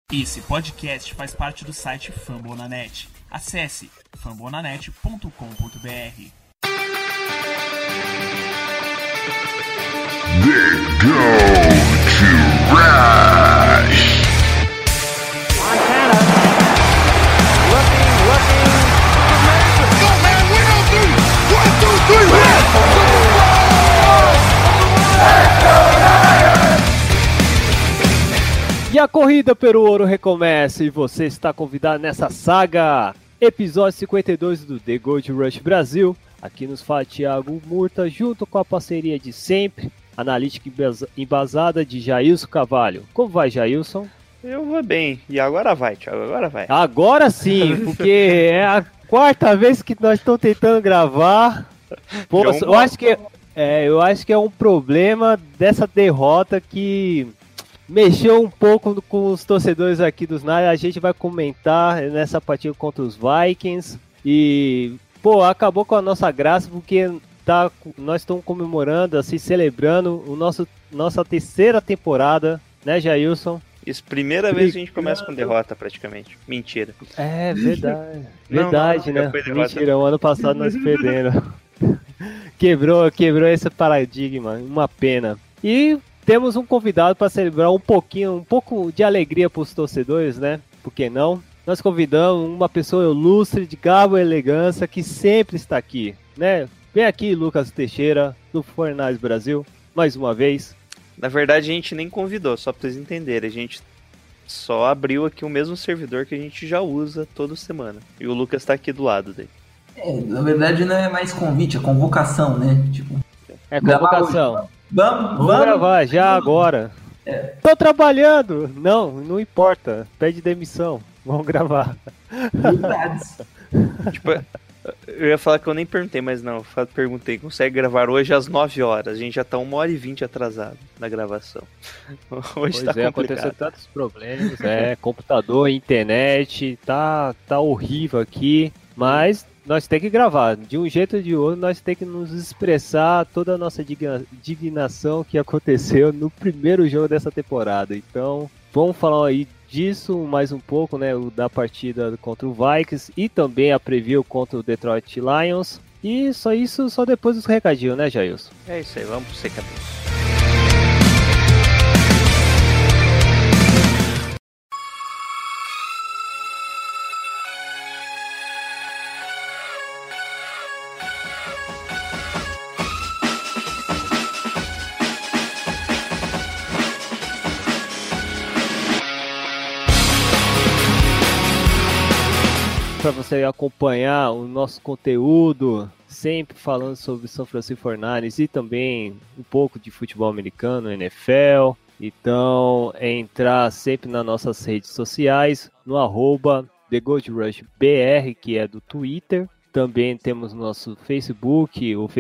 Esse podcast faz parte do site Fambonanet. Acesse fambonanet.com.br. They go to Rush. Montana, looking, Go, man, 1, 2, 1, 2, 3, E a corrida pelo ouro recomeça e você está convidado nessa saga. Episódio 52 do The Gold Rush Brasil. Aqui nos fala Thiago Murta, junto com a parceria de sempre, analítica embasada de Jailson Carvalho. Como vai, Jailson? Eu vou bem. E agora vai, Thiago, agora vai. Agora sim, porque é a quarta vez que nós estamos tentando gravar. Pô, eu acho que é um problema dessa derrota que mexeu um pouco com os torcedores aqui dos Niners. A gente vai comentar nessa partida contra os Vikings. E, pô, acabou com a nossa graça porque nós estamos comemorando, assim, celebrando nossa terceira temporada, né, Jailson? Isso, primeira vez que a gente começa com derrota, praticamente. Mentira. É verdade. Não, Verdade, não, né? foi derrota. Mentira, o ano passado nós perdemos. Quebrou esse paradigma, uma pena. E temos um convidado para celebrar um pouco de alegria para os torcedores, né? Por que não? Nós convidamos uma pessoa ilustre, de garbo e elegância, que sempre está aqui, né? Vem aqui, Lucas Teixeira, do Fornais Brasil, mais uma vez. Na verdade, a gente nem convidou, só pra vocês entenderem. A gente só abriu aqui o mesmo servidor que a gente já usa toda semana. E o Lucas tá aqui do lado dele. Na verdade não é mais convite, é convocação, né? Tipo, É convocação. Vamos gravar já agora. Tô trabalhando. Não importa. Pede demissão. Vamos gravar. Verdades. Tipo, eu ia falar que eu nem perguntei, mas não. Eu perguntei, consegue gravar hoje às 9 horas? A gente já tá 1h20 atrasado na gravação. Hoje Pois tá aconteceu complicado. tantos problemas. Computador, internet, tá horrível aqui. Mas nós temos que gravar. De um jeito ou de outro, nós temos que nos expressar toda a nossa indignação que aconteceu no primeiro jogo dessa temporada. Então, vamos falar aí disso mais um pouco, né? Da partida contra o Vikings e também a preview contra o Detroit Lions. E só depois dos recadinhos, né, Jailson? É isso aí, vamos pro secador. Para você acompanhar o nosso conteúdo, sempre falando sobre São Francisco 49ers e também um pouco de futebol americano, NFL. Então, entrar sempre nas nossas redes sociais, no @TheGoldRushBR, que é do Twitter. Também temos nosso Facebook, o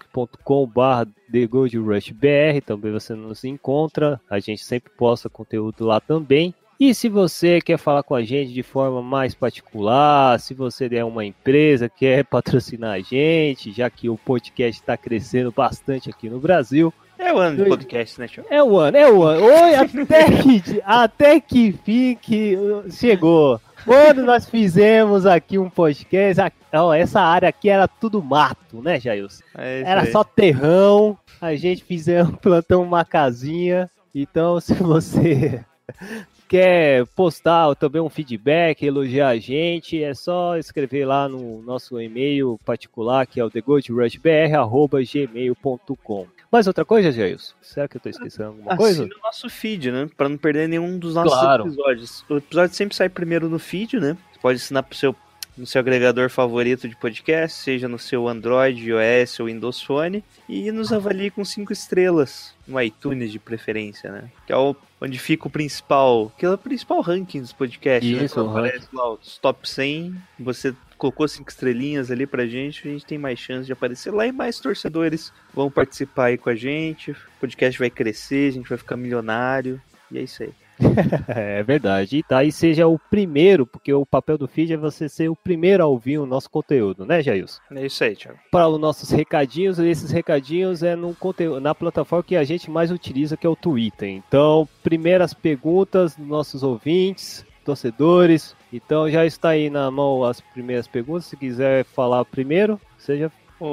facebook.com/TheGoldRushBR, também você nos encontra, a gente sempre posta conteúdo lá também. E se você quer falar com a gente de forma mais particular, se você é uma empresa que quer patrocinar a gente, já que o podcast está crescendo bastante aqui no Brasil. É o ano de podcast, né, tio? É o ano. Oi, até que fim que chegou. Quando nós fizemos aqui um podcast, essa área aqui era tudo mato, né, Jailson? Era só terrão, a gente plantamos uma casinha. Então, se você quer postar também um feedback, elogiar a gente, é só escrever lá no nosso e-mail particular, que é o thegoldrushbr@gmail.com. Mais outra coisa, Jailson? Será que eu tô esquecendo alguma coisa? Assine o nosso feed, né? Pra não perder nenhum dos nossos episódios. O episódio sempre sai primeiro no feed, né? Você pode assinar no seu agregador favorito de podcast, seja no seu Android, iOS ou Windows Phone, e nos avalie com 5 estrelas no iTunes de preferência, né? Que é onde fica o principal ranking dos podcasts. Isso, né? Aparece lá os top 100, você colocou 5 estrelinhas ali pra gente, a gente tem mais chance de aparecer lá e mais torcedores vão participar aí com a gente, o podcast vai crescer, a gente vai ficar milionário, e é isso aí. É verdade. E daí seja o primeiro, porque o papel do feed é você ser o primeiro a ouvir o nosso conteúdo, né, Jailson? É isso aí, Thiago. Para os nossos recadinhos, e esses recadinhos é no conteúdo, na plataforma que a gente mais utiliza, que é o Twitter. Então, primeiras perguntas dos nossos ouvintes, torcedores. Então, já está aí na mão as primeiras perguntas. Se quiser falar primeiro, seja...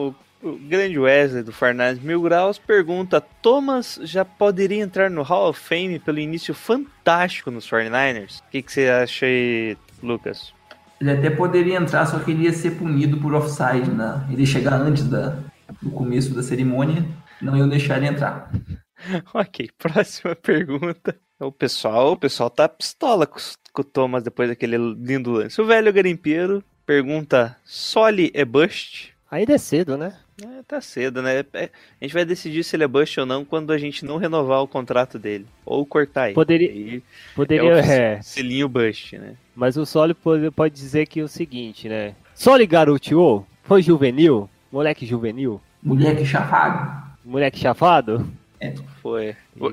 O grande Wesley do Farnaz Mil Graus pergunta: Thomas já poderia entrar no Hall of Fame pelo início fantástico nos 49ers? O que você acha aí, Lucas? Ele até poderia entrar, só que ele ia ser punido por offside, né? Ele ia chegar antes do começo da cerimônia, não iam deixar ele entrar. Ok, próxima pergunta. O pessoal tá pistola com o Thomas depois daquele lindo lance. O velho garimpeiro pergunta: Soli é bust? Ainda é cedo, né? Tá cedo, né? A gente vai decidir se ele é bust ou não quando a gente não renovar o contrato dele. Ou cortar ele. Poderia é o selinho bust, né? Mas o Soli pode dizer que é o seguinte, né? Soli garoteou? Foi juvenil? Moleque juvenil? Moleque chafado. Moleque chafado? Foi.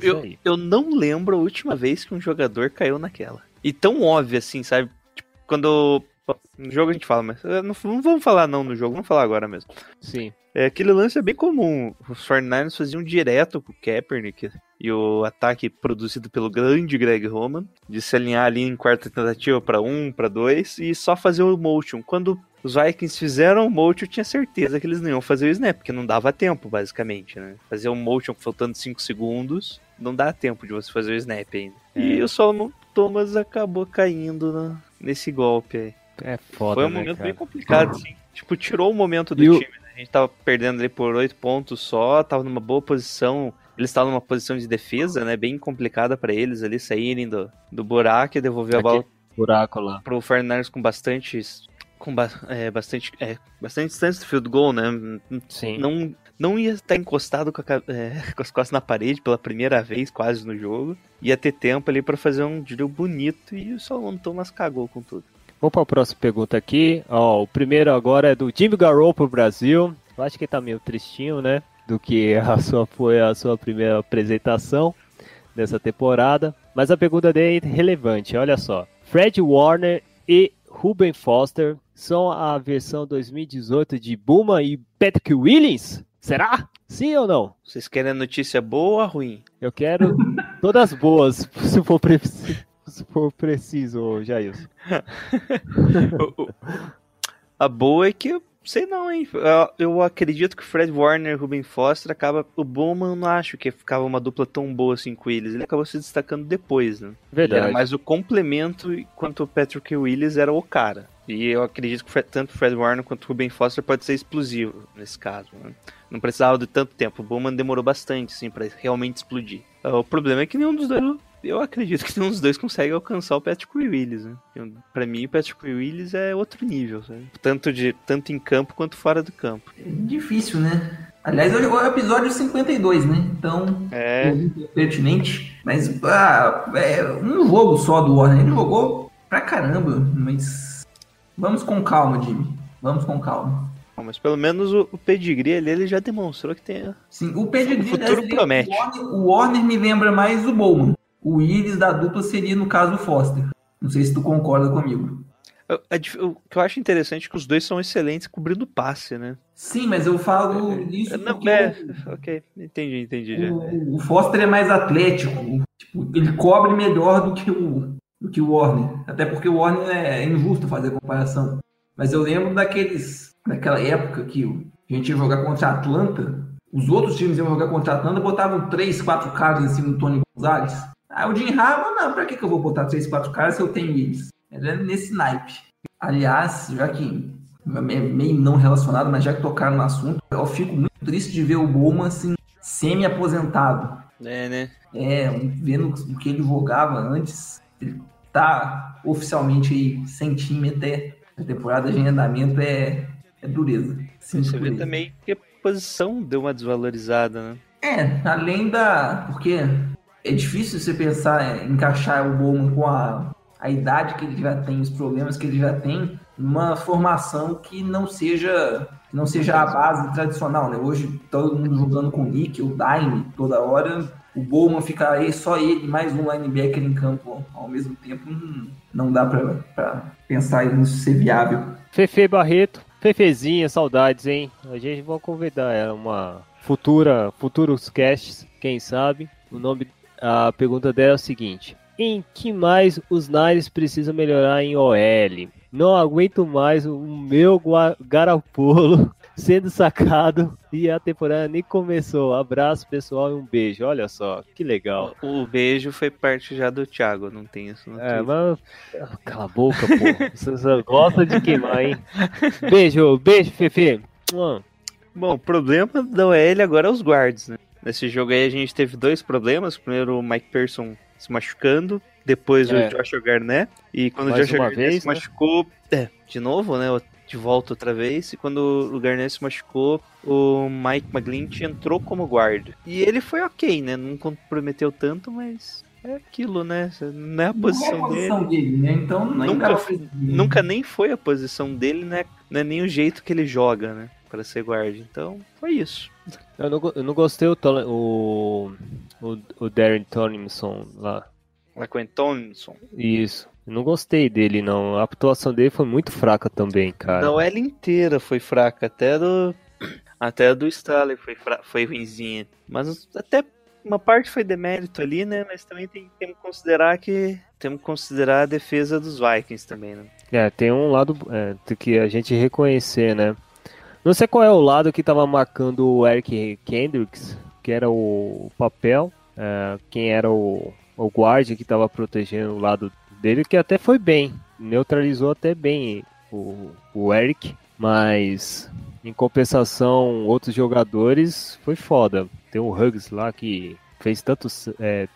Eu não lembro a última vez que um jogador caiu naquela. E tão óbvio assim, sabe? Tipo, quando... No jogo a gente fala, mas não vamos falar não no jogo, vamos falar agora mesmo. Sim. Aquele lance é bem comum. Os 49ers faziam direto com o Kaepernick e o ataque produzido pelo grande Greg Roman, de se alinhar ali em quarta tentativa para 1, para 2 e só fazer o motion. Quando os Vikings fizeram o motion, eu tinha certeza que eles não iam fazer o snap, porque não dava tempo, basicamente, né? Fazer um motion faltando 5 segundos, não dá tempo de você fazer o snap ainda. E o Solomon Thomas acabou caindo nesse golpe aí. É foda, foi um momento bem complicado, assim. Tipo, tirou o momento do time, né? A gente tava perdendo ali por 8 pontos só, tava numa boa posição. Eles estavam numa posição de defesa, né? Bem complicada pra eles ali saírem do buraco e devolver a bola buraco lá pro 49ers com bastante distância do field goal, né? Sim. Não ia estar encostado com as costas na parede pela primeira vez quase no jogo. Ia ter tempo ali pra fazer um drill bonito e o Solomon Thomas cagou com tudo. Vamos para a próxima pergunta aqui. O primeiro agora é do Jimmy Garoppolo pro Brasil. Eu acho que ele tá meio tristinho, né? Do que foi a sua primeira apresentação dessa temporada. Mas a pergunta dele é relevante, olha só. Fred Warner e Ruben Foster são a versão 2018 de Buma e Patrick Willis? Será? Sim ou não? Vocês querem a notícia boa ou ruim? Eu quero todas boas, se for preciso. Se for preciso, Jailson. A boa é que sei não, hein? Eu acredito que o Fred Warner e o Ruben Foster acaba... O Bowman não acho que ficava uma dupla tão boa assim com eles. Ele acabou se destacando depois, né? Verdade. Ele era mais o complemento, enquanto o Patrick Willis era o cara. E eu acredito que tanto o Fred Warner quanto o Ruben Foster pode ser explosivo nesse caso, né? Não precisava de tanto tempo. O Bowman demorou bastante, assim, pra realmente explodir. O problema é que nenhum dos dois... Eu acredito que nenhum dos dois consegue alcançar o Patrick Willis, né? Pra mim, o Patrick Willis é outro nível, sabe? Tanto em campo quanto fora do campo. É difícil, né? Aliás, hoje é o episódio 52, né? Então, é pertinente. Mas, um jogo só do Warner. Ele jogou pra caramba, mas vamos com calma, Jimmy. Vamos com calma. Mas pelo menos o pedigree ali, ele já demonstrou que tem... Sim, o pedigree... O futuro promete. O Warner me lembra mais o Bowman. O Willis da dupla seria, no caso, o Foster. Não sei se tu concorda comigo. O que eu acho interessante é que os dois são excelentes cobrindo passe, né? Sim, mas eu falo isso porque... Ok, entendi. O Foster é mais atlético. Tipo, ele cobre melhor do que o Warner. Até porque o Warner é injusto fazer a comparação. Mas eu lembro daquela época que a gente ia jogar contra a Atlanta. Os outros times iam jogar contra a Atlanta, botavam 3, 4 caras em cima do Tony Gonzalez. Aí o Jim Harbaugh, não, pra que eu vou botar 3, 4 caras se eu tenho eles? Era nesse naipe. Aliás, já que é meio não relacionado, mas já que tocaram no assunto, eu fico muito triste de ver o Bowman assim, semi-aposentado. Né? Vendo o que ele jogava antes, ele tá oficialmente aí sem time até a temporada de andamento é dureza. Você vê também que a posição deu uma desvalorizada, né? Além porque é difícil você pensar em encaixar o Bowman com a idade que ele já tem, os problemas que ele já tem, numa formação que não seja a base tradicional, né? Hoje todo mundo jogando com níquel, dime toda hora, o Bowman ficar aí, só ele, mais um linebacker em campo ao mesmo tempo, não dá pra pensar nisso ser viável. Fefe Barreto, Fefezinha, saudades, hein? A gente vai convidar ela uma futuros casts, quem sabe. A pergunta dela é o seguinte: em que mais os Niners precisam melhorar em OL? Não aguento mais o meu Garoppolo sendo sacado e a temporada nem começou. Abraço, pessoal, e um beijo. Olha só, que legal. O beijo foi parte já do Thiago, não tem isso no Twitter. Mas... Cala a boca, pô. Você só gosta de queimar, hein? Beijo, Fefe. Bom, o problema da OL agora é os guards, né? Nesse jogo aí a gente teve 2 problemas. Primeiro o Mike Pearson se machucando, depois o Joshua Garnett. E quando o Joshua Garnett se machucou, de novo, né? De volta outra vez. E quando o Garnett se machucou, o Mike McGlinch entrou como guarda. E ele foi ok, né? Não comprometeu tanto, mas é aquilo, né? Não é a posição dele, né? Então nunca nem foi a posição dele, né? Não é nem o jeito que ele joga, né? Para ser guarda. Então, foi isso. Eu não gostei o Darren Tomlinson lá. Laquan Tomlinson. Isso. Eu não gostei dele, não. A atuação dele foi muito fraca também, cara. A OL inteira foi fraca. Até do Staley foi ruinzinha. Mas até uma parte foi demérito ali, né? Mas também temos que considerar a defesa dos Vikings também, né? Tem um lado que a gente reconhecer, né? Não sei qual é o lado que tava marcando o Eric Kendricks, que era o papel, quem era o guarda que tava protegendo o lado dele, que até foi bem, neutralizou até bem o Eric, mas em compensação outros jogadores foi foda. Tem o Huggs lá que fez tantos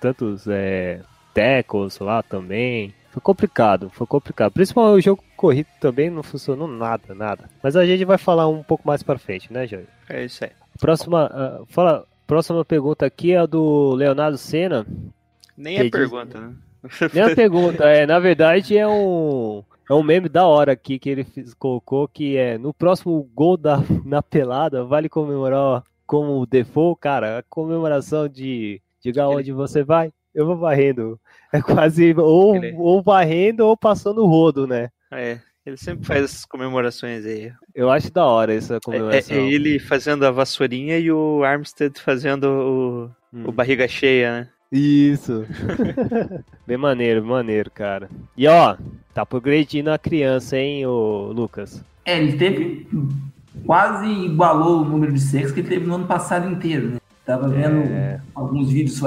tackles lá também. Foi complicado. Principalmente o jogo corrido também não funcionou nada. Mas a gente vai falar um pouco mais pra frente, né, Jair? É isso aí. Próxima pergunta aqui é a do Leonardo Senna. Nem é pergunta, né? Nem é pergunta, na verdade é um meme da hora aqui que ele colocou, que é: no próximo gol na pelada, vale comemorar como o default, cara, a comemoração de diga onde você vai, eu vou varrendo. É quase ou varrendo ou passando o rodo, né? Ele sempre faz essas comemorações aí. Eu acho da hora essa comemoração. É ele fazendo a vassourinha e o Armstead fazendo o barriga cheia, né? Isso. Bem maneiro, cara. E tá progredindo a criança, hein, o Lucas? Ele quase igualou o número de sacks que ele teve no ano passado inteiro, né? Tava vendo alguns vídeos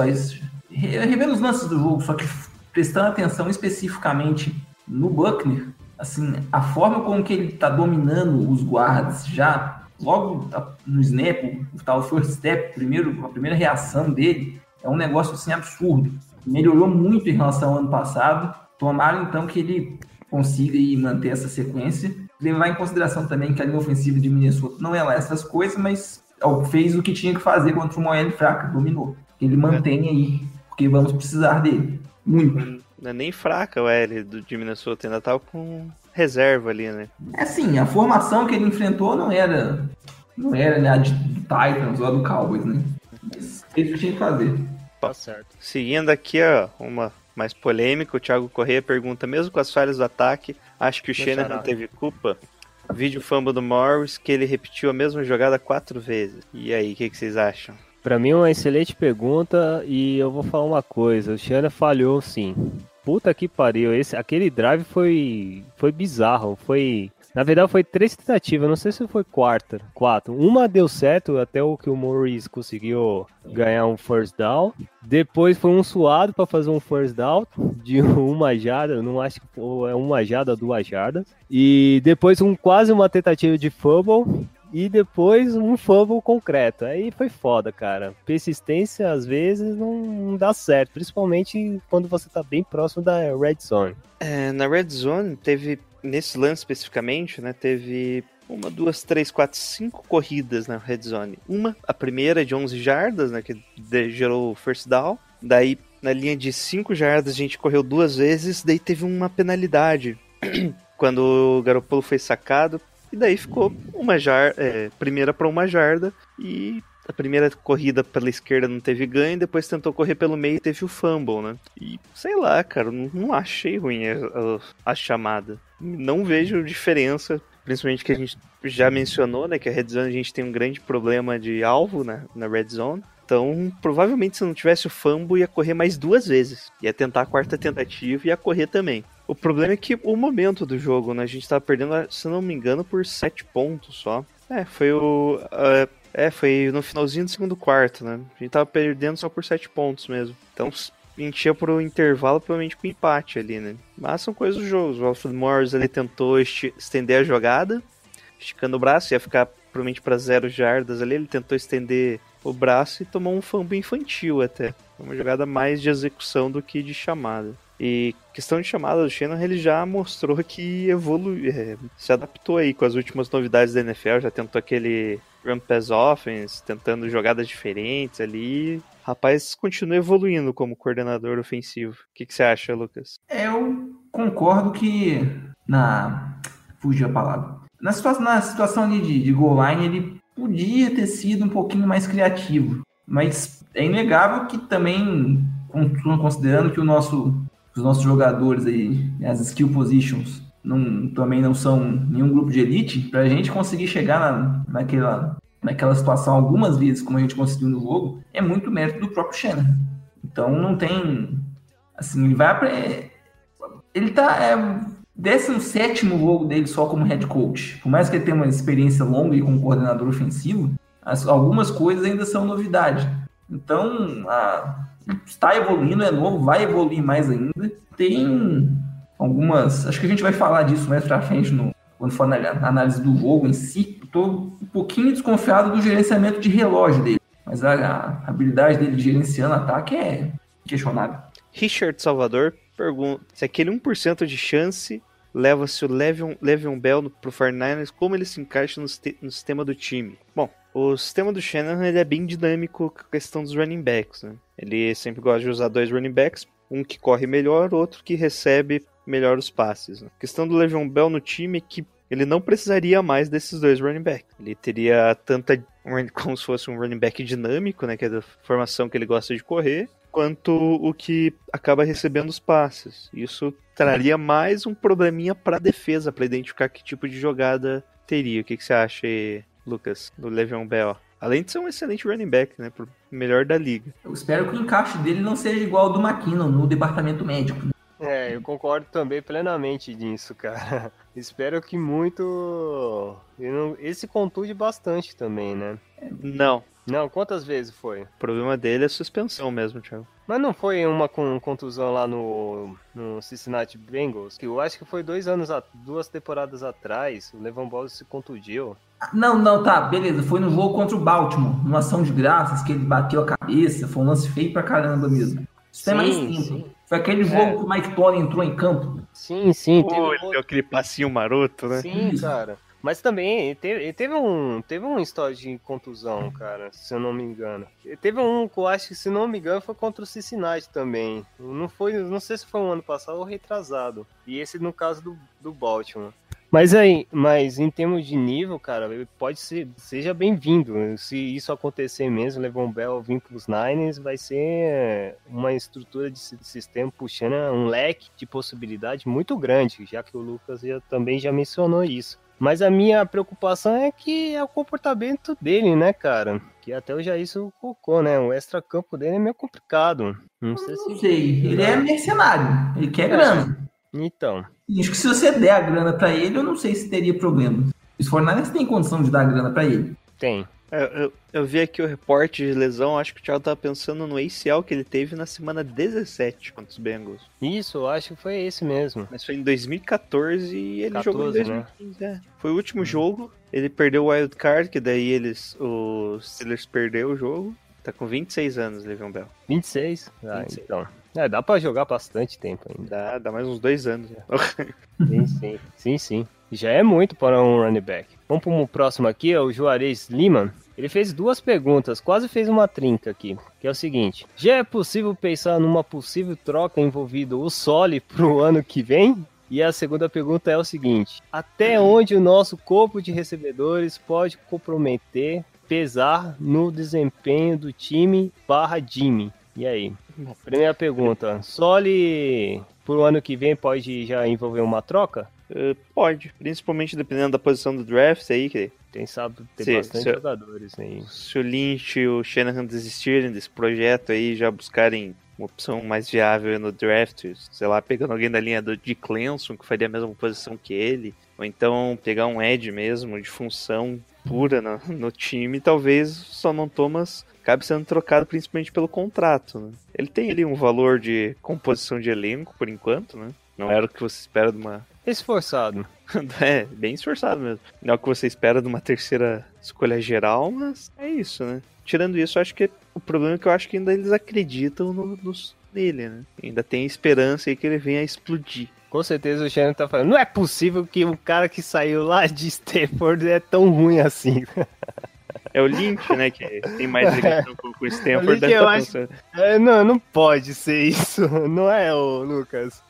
revendo os lances do jogo, só que prestando atenção especificamente no Buckner, assim, a forma como que ele tá dominando os guardas já, logo no snap, o tal first step, a primeira reação dele, é um negócio assim absurdo. Melhorou muito em relação ao ano passado. Tomara então que ele consiga manter essa sequência. Levar em consideração também que a linha ofensiva de Minnesota não é lá essas coisas, mas fez o que tinha que fazer contra uma OL fraca, dominou. Ele mantém aí, porque vamos precisar dele. Muito. Não é nem fraca o L de Minnesota, ainda tava com reserva ali, né? Sim, a formação que ele enfrentou não era né, a do Titans ou a do Cowboys, né? Mas fez o que tinha que fazer. Tá certo. Seguindo aqui, uma mais polêmica, o Thiago Corrêa pergunta: mesmo com as falhas do ataque, acho que o Shanahan não teve culpa? Vídeo fumble do Morris, que ele repetiu a mesma jogada 4 vezes. E aí, o que vocês acham? Pra mim é uma excelente pergunta e eu vou falar uma coisa. O Shanahan falhou sim. Puta que pariu. Aquele drive foi bizarro. Na verdade foi 3 tentativas. Não sei se foi 4. Uma deu certo, até o que o Morris conseguiu ganhar um first down. Depois foi um suado para fazer um first down de 1 jarda. Não acho que é 1 jarda ou 2 jardas. E depois quase uma tentativa de fumble. E depois um fumble concreto. Aí foi foda, cara. Persistência, às vezes, não dá certo. Principalmente quando você tá bem próximo da Red Zone. Na Red Zone, teve, nesse lance especificamente, né? Teve 1, 2, 3, 4, 5 corridas na Red Zone. A primeira de 11 jardas, né? Que gerou o first down. Daí, na linha de 5 jardas, a gente correu 2 vezes. Daí teve uma penalidade. Quando o Garoppolo foi sacado. E daí ficou primeira para 1 jarda e a primeira corrida pela esquerda não teve ganho, depois tentou correr pelo meio e teve o fumble, né? E sei lá, cara, não achei ruim a chamada. Não vejo diferença, principalmente que a gente já mencionou, né? Que a Red Zone a gente tem um grande problema de alvo, né, na Red Zone. Então, provavelmente se não tivesse o fumble, ia correr mais 2 vezes. Ia tentar a 4ª tentativa e ia correr também. O problema é que o momento do jogo, né? A gente tava perdendo, se não me engano, por 7 pontos só. Foi no finalzinho do segundo quarto, né? A gente tava perdendo só por 7 pontos mesmo. Então, a gente ia pro intervalo provavelmente com empate ali, né? Mas são coisas do jogo. O Alfred Morris, ele tentou estender a jogada, esticando o braço, ia ficar provavelmente para 0 jardas ali. Ele tentou estender o braço e tomou um fumble infantil até. Uma jogada mais de execução do que de chamada. E questão de chamada do Shannon, ele já mostrou que se adaptou aí com as últimas novidades da NFL, já tentou aquele run pass offense, tentando jogadas diferentes ali. Rapaz, continua evoluindo como coordenador ofensivo. O que você acha, Lucas? Eu concordo que fugiu a palavra. Na situação ali de goal line, ele podia ter sido um pouquinho mais criativo. Mas é inegável que também, considerando que os nossos jogadores aí, as skill positions, também não são nenhum grupo de elite, pra gente conseguir chegar naquela situação algumas vezes, como a gente conseguiu no jogo, é muito mérito do próprio Shannon. Então não tem... Assim, ele tá... 17º jogo dele só como head coach. Por mais que ele tenha uma experiência longa e como coordenador ofensivo, algumas coisas ainda são novidade. Então, está evoluindo, é novo, vai evoluir mais ainda. Tem algumas... Acho que a gente vai falar disso mais pra frente quando for a análise do jogo em si. Estou um pouquinho desconfiado do gerenciamento de relógio dele. Mas a habilidade dele de gerenciando ataque é questionável. Richard Salvador pergunta se aquele 1% de chance leva-se o Le'Veon Bell pro 49ers, como ele se encaixa no sistema do time. Bom, o sistema do Shannon ele é bem dinâmico com a questão dos running backs, né? Ele sempre gosta de usar 2 running backs, um que corre melhor, outro que recebe melhor os passes, né? A questão do Le'Veon Bell no time é que ele não precisaria mais desses 2 running backs. Ele teria como se fosse um running back dinâmico, né, que é da formação que ele gosta de correr, quanto o que acaba recebendo os passes. Isso traria mais um probleminha para a defesa, para identificar que tipo de jogada teria. O que você acha aí, Lucas, do Le'Veon Bell? Além de ser um excelente running back, né, pro melhor da liga. Eu espero que o encaixe dele não seja igual ao do McKinnon no departamento médico. Eu concordo também plenamente nisso, cara. Espero que muito... Esse contunde bastante também, né? Não, quantas vezes foi? O problema dele é a suspensão mesmo, Thiago. Mas não foi uma com contusão lá no Cincinnati Bengals? Que eu acho que foi 2 temporadas atrás, o Le'Veon Bell se contundiu. Não, tá, beleza. Foi no jogo contra o Baltimore, numa ação de graças, que ele bateu a cabeça, foi um lance feio pra caramba mesmo. Isso é mais tempo. Sim. Foi aquele jogo que o Mike Tony entrou em campo. Sim. Ele deu aquele passinho maroto, né? Sim, cara. Mas também teve um história de contusão, cara, se eu não me engano. Teve um que eu acho que, se não me engano, foi contra o Cincinnati também. Não sei se foi um ano passado ou retrasado. E esse no caso do Baltimore. Mas em termos de nível, cara, seja bem-vindo. Se isso acontecer mesmo, Le'Veon Bell vir para os Niners, vai ser uma estrutura de sistema puxando um leque de possibilidade muito grande, já que o Lucas também já mencionou isso. Mas a minha preocupação é que é o comportamento dele, né, cara? Que até o Jair colocou, né? O extra-campo dele é meio complicado. Não sei. Ele é mercenário. Ele quer grana. Então. Acho que se você der a grana pra ele, eu não sei se teria problema. Os 49ers têm condição de dar a grana pra ele. Tem. Eu vi aqui o reporte de lesão, acho que o Thiago tava pensando no ACL que ele teve na semana 17 contra os Bengals. Isso, eu acho que foi esse mesmo. Mas foi em 2014 e ele jogou em 2015, né? Foi o último jogo, ele perdeu o wild card, que daí os Steelers perdeu o jogo. Tá com 26 anos, Le'Veon Bell. 26? 26. Então. Dá pra jogar bastante tempo ainda. Dá mais uns 2 anos. Sim. Já é muito para um running back. Vamos pro próximo aqui, é o Juarez Lima. Ele fez 2 perguntas, quase fez uma trinca aqui, que é o seguinte: já é possível pensar numa possível troca envolvendo o Soli pro ano que vem? E a segunda pergunta é o seguinte: até onde o nosso corpo de recebedores pode comprometer pesar no desempenho do time / Jimmy? E aí? Primeira pergunta, Soli pro ano que vem pode já envolver uma troca? Pode, principalmente dependendo da posição do draft aí, que Quem sabe ter bastante jogadores aí. Se o Lynch e o Shanahan desistirem desse projeto aí, já buscarem uma opção mais viável no draft, sei lá, pegando alguém da linha de Clemson, que faria a mesma posição que ele, ou então pegar um edge mesmo, de função pura no time, talvez o Solomon Thomas acabe sendo trocado principalmente pelo contrato, né? Ele tem ali um valor de composição de elenco, por enquanto, né? Não era o que você espera de uma... Esforçado. É, bem esforçado mesmo. Não é o que você espera de uma terceira escolha geral, mas é isso, né? Tirando isso, acho que o problema é que eu acho que ainda eles acreditam nele, né? Ainda tem esperança aí que ele venha a explodir. Com certeza o Shannon tá falando, não é possível que um cara que saiu lá de Stanford é tão ruim assim. É o Lynch, né, que tem mais ligação com o Stanford. Eu acho... não pode ser isso, não é, Lucas?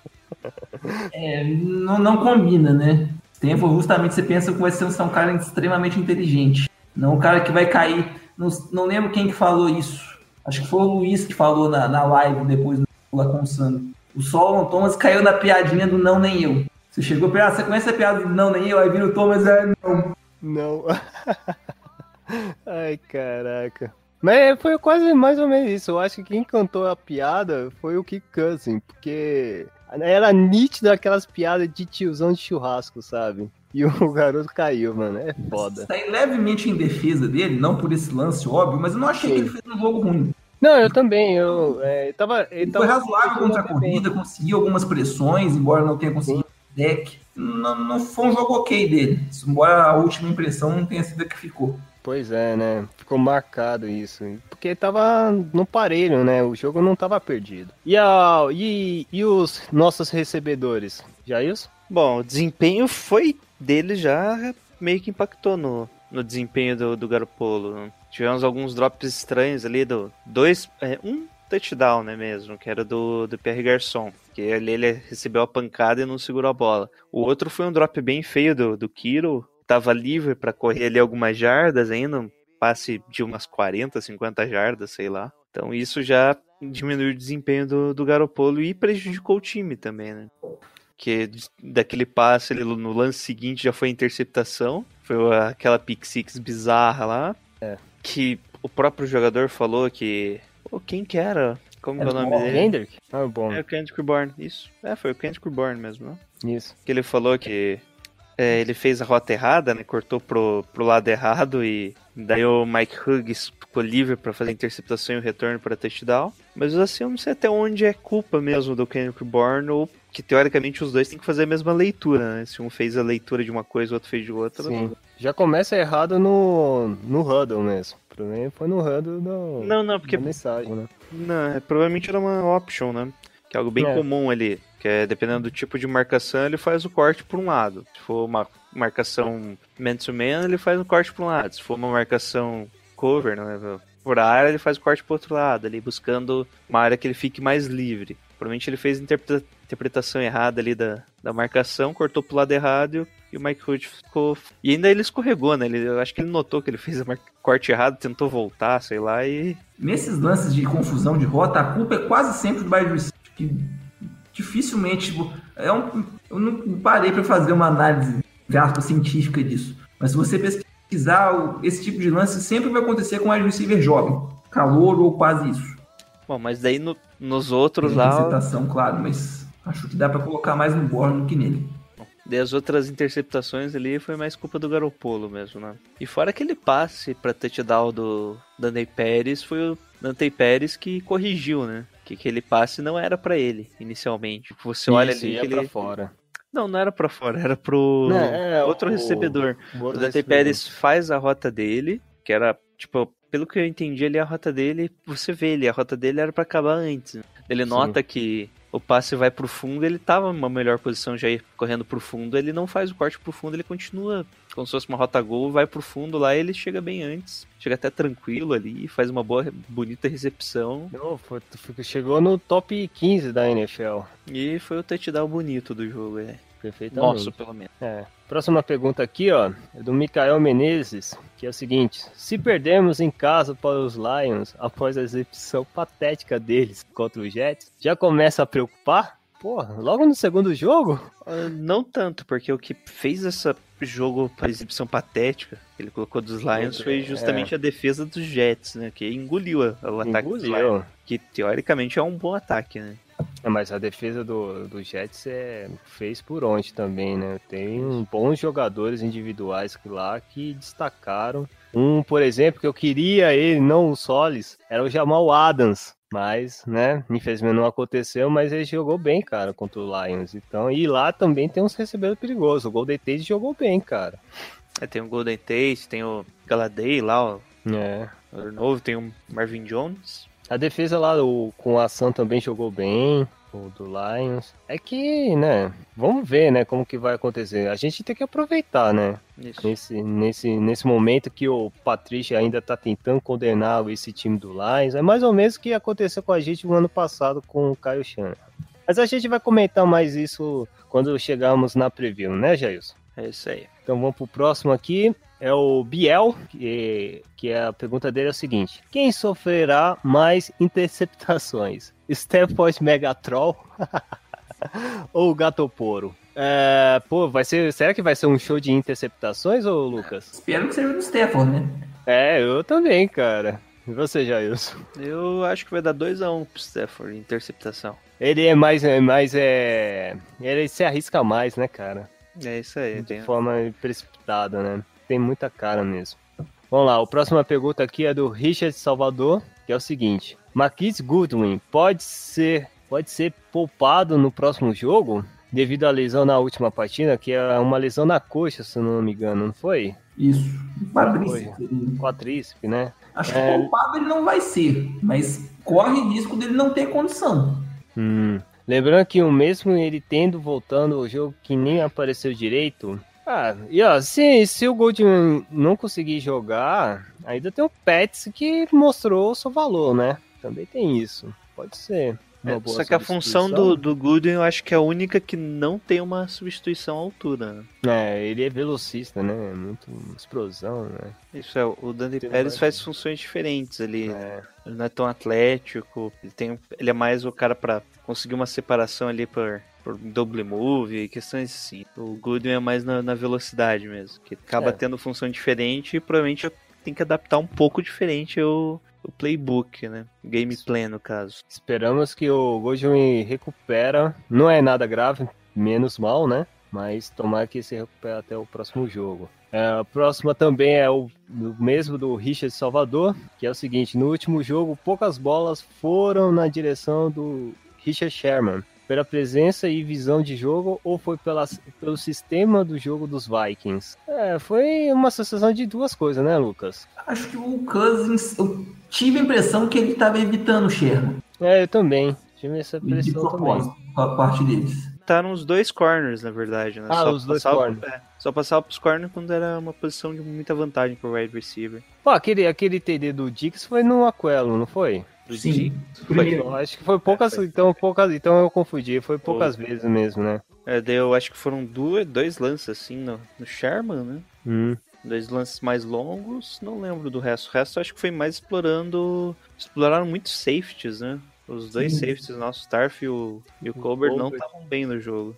Não combina, né? Stanford, justamente você pensa que vai ser um cara extremamente inteligente. Não um cara que vai cair. Não lembro quem que falou isso. Acho que foi o Luiz que falou na live depois lá com o Sandro. O Solomon Thomas caiu na piadinha do não nem eu. Você chegou a pegar, você conhece a piada do não nem eu, aí vira o Thomas não. Não. Ai, caraca. Mas foi quase mais ou menos isso. Eu acho que quem cantou a piada foi o Kirk Cousins, porque era nítido aquelas piadas de tiozão de churrasco, sabe? E o garoto caiu, mano. É foda. Tá levemente em defesa dele, não por esse lance óbvio, mas eu não achei que ele fez um jogo ruim. Não, eu também. Ele foi razoável contra a corrida, conseguiu algumas pressões, embora não tenha conseguido deck. Não foi um jogo ok dele, embora a última impressão não tenha sido a que ficou. Pois é, né? Ficou marcado isso. Porque tava no parelho, né? O jogo não tava perdido. E os nossos recebedores? Jailson? Bom, o desempenho foi dele já meio que impactou no desempenho do Garoppolo. Né? Tivemos alguns drops estranhos ali um touchdown, né, mesmo, que era do Pierre Garçon, que ele recebeu a pancada e não segurou a bola. O outro foi um drop bem feio do Kittle, tava livre para correr ali algumas jardas ainda, um passe de umas 40, 50 jardas, sei lá. Então isso já diminuiu o desempenho do Garoppolo e prejudicou o time também, né? Que daquele passe ele, no lance seguinte já foi interceptação, foi aquela pick six bizarra lá, que o próprio jogador falou que... quem que era? Como é o nome dele? Kendrick? Bom. É o Kendrick Bourne, isso. Foi o Kendrick Bourne mesmo, não? Isso. Que ele falou que ele fez a rota errada, né? Cortou pro lado errado e daí o Mike Hughes ficou livre para fazer a interceptação e o retorno para touchdown. Mas assim, eu não sei até onde é culpa mesmo do Kendrick Bourne ou que teoricamente os dois têm que fazer a mesma leitura, né? Se um fez a leitura de uma coisa, o outro fez de outra. Sim. Já começa errado no huddle mesmo. O problema foi no huddle não, porque da mensagem, né? Não, provavelmente era uma option, né? Que é algo bem comum ali. Que é, dependendo do tipo de marcação, ele faz o corte por um lado. Se for uma marcação man-to-man, ele faz o corte por um lado. Se for uma marcação cover, né, por área, ele faz o corte pro outro lado, ali buscando uma área que ele fique mais livre. Provavelmente ele fez a interpretação errada ali da marcação, cortou pro lado errado e o Mike Hood ficou... E ainda ele escorregou, né? Eu acho que ele notou que ele fez o corte errado, tentou voltar, sei lá, e... Nesses lances de confusão de rota, a culpa é quase sempre do wide receiver, que dificilmente... eu não parei para fazer uma análise gráfica científica disso, mas se você pesquisar, esse tipo de lance sempre vai acontecer com um wide receiver jovem, calouro ou quase isso. Bom, mas daí nos outros lá... Interceptação, claro, mas acho que dá para colocar mais no Bourne do que nele. Daí as outras interceptações ali foi mais culpa do Garoppolo mesmo, né? E fora aquele passe pra touchdown do Dante Pérez, foi o Dante Pérez que corrigiu, né? Que aquele passe não era pra ele, inicialmente. Você olha ali que ele... pra fora. Não era pra fora, era pro outro recebedor. O Dante Pérez faz a rota dele, que era, tipo, pelo que eu entendi ali, a rota dele, você vê ele, a rota dele era pra acabar antes. Ele nota que o passe vai pro fundo, ele tava numa melhor posição já ir correndo pro fundo, ele não faz o corte pro fundo, ele continua como se fosse uma rota gol, vai pro fundo lá e ele chega bem antes. Chega até tranquilo ali, faz uma boa, bonita recepção. Não, chegou no top 15 da NFL. E foi o touchdown bonito do jogo, Perfeitamente. Nossa, pelo menos. Próxima pergunta aqui, ó, é do Mikael Menezes, que é o seguinte: se perdermos em casa para os Lions após a exibição patética deles contra os Jets, já começa a preocupar? Porra, logo no segundo jogo? Não tanto, porque o que fez esse jogo para exibição patética, que ele colocou dos Lions, foi justamente a defesa dos Jets, né? Que engoliu o ataque dos Lions. Que teoricamente é um bom ataque, né? Mas a defesa do Jets fez por onde também, né? Tem bons jogadores individuais lá que destacaram. Por exemplo, que eu queria ele, não o Solis, era o Jamal Adams. Mas, né, infelizmente não aconteceu, mas ele jogou bem, cara, contra o Lions. Então, e lá também tem uns recebedores perigosos. O Golden Tate jogou bem, cara. Tem o Golden Tate, tem o Galladay lá, ó. O novo, tem o Marvin Jones. A defesa lá com a Sam também jogou bem, o do Lions. É que, né, vamos ver, né, como que vai acontecer. A gente tem que aproveitar, né, nesse momento que o Patrícia ainda tá tentando condenar esse time do Lions. É mais ou menos o que aconteceu com a gente no ano passado com o Kyle Shanahan. Mas a gente vai comentar mais isso quando chegarmos na preview, né, Jailson? É isso aí. Então vamos pro próximo aqui. É o Biel, que a pergunta dele é o seguinte: quem sofrerá mais interceptações? Stafford Megatroll ou Gatoporo? Será que vai ser um show de interceptações, ô Lucas? Espero que seja do Stafford, né? Eu também, cara. E você, Jailson? Eu acho que vai dar 2-1 pro Stafford, interceptação. Ele é ele se arrisca mais, né, cara? É isso aí. De forma precipitada, né? Tem muita cara mesmo. Vamos lá, a próxima pergunta aqui é do Richard Salvador, que é o seguinte: Marquise Goodwin pode ser poupado no próximo jogo devido à lesão na última partida, que é uma lesão na coxa, se não me engano, não foi? Isso, quadríceps, né? Acho que poupado ele não vai ser, mas corre risco dele não ter condição. Lembrando que o mesmo ele voltando ao jogo que nem apareceu direito. Se o Goldman não conseguir jogar, ainda tem o Pets que mostrou o seu valor, né? Também tem isso. Pode ser. Só que a função do Goodwin eu acho que é a única que não tem uma substituição à altura. Né? Ele é velocista, né? Muito explosão, né? Isso o Dante Pérez faz funções diferentes ali. Ele não é tão atlético, ele é mais o cara pra conseguir uma separação ali por double move, questões assim. O Goodwin é mais na velocidade mesmo, que acaba tendo função diferente e provavelmente tem que adaptar um pouco diferente o playbook, né? Game plan, no caso. Esperamos que o Goodwin recupera. Não é nada grave, menos mal, né? Mas tomara que se recupere até o próximo jogo. A próxima também é o mesmo do Richard Salvador, que é o seguinte: no último jogo, poucas bolas foram na direção do Richard Sherman. Pela presença e visão de jogo ou foi pelo sistema do jogo dos Vikings? Foi uma associação de duas coisas, né, Lucas? Acho que o Cousins, eu tive a impressão que ele estava evitando o Sherman. Eu também. Tive essa impressão também. A parte deles. Tá nos dois corners, na verdade, né? Os dois corners. Só passava pros corners quando era uma posição de muita vantagem pro wide receiver. Aquele TD do Dix foi no Aquelo, não foi? Sim. Acho que foi poucas, então eu confundi, foi poucas vezes mesmo, né? Eu acho que foram dois lances assim no Sherman, né? 2 lances mais longos, não lembro do resto. O resto acho que foi mais exploraram muitos safeties, né? Os dois safeties nossos, Tarf e o Colbert não estavam bem no jogo.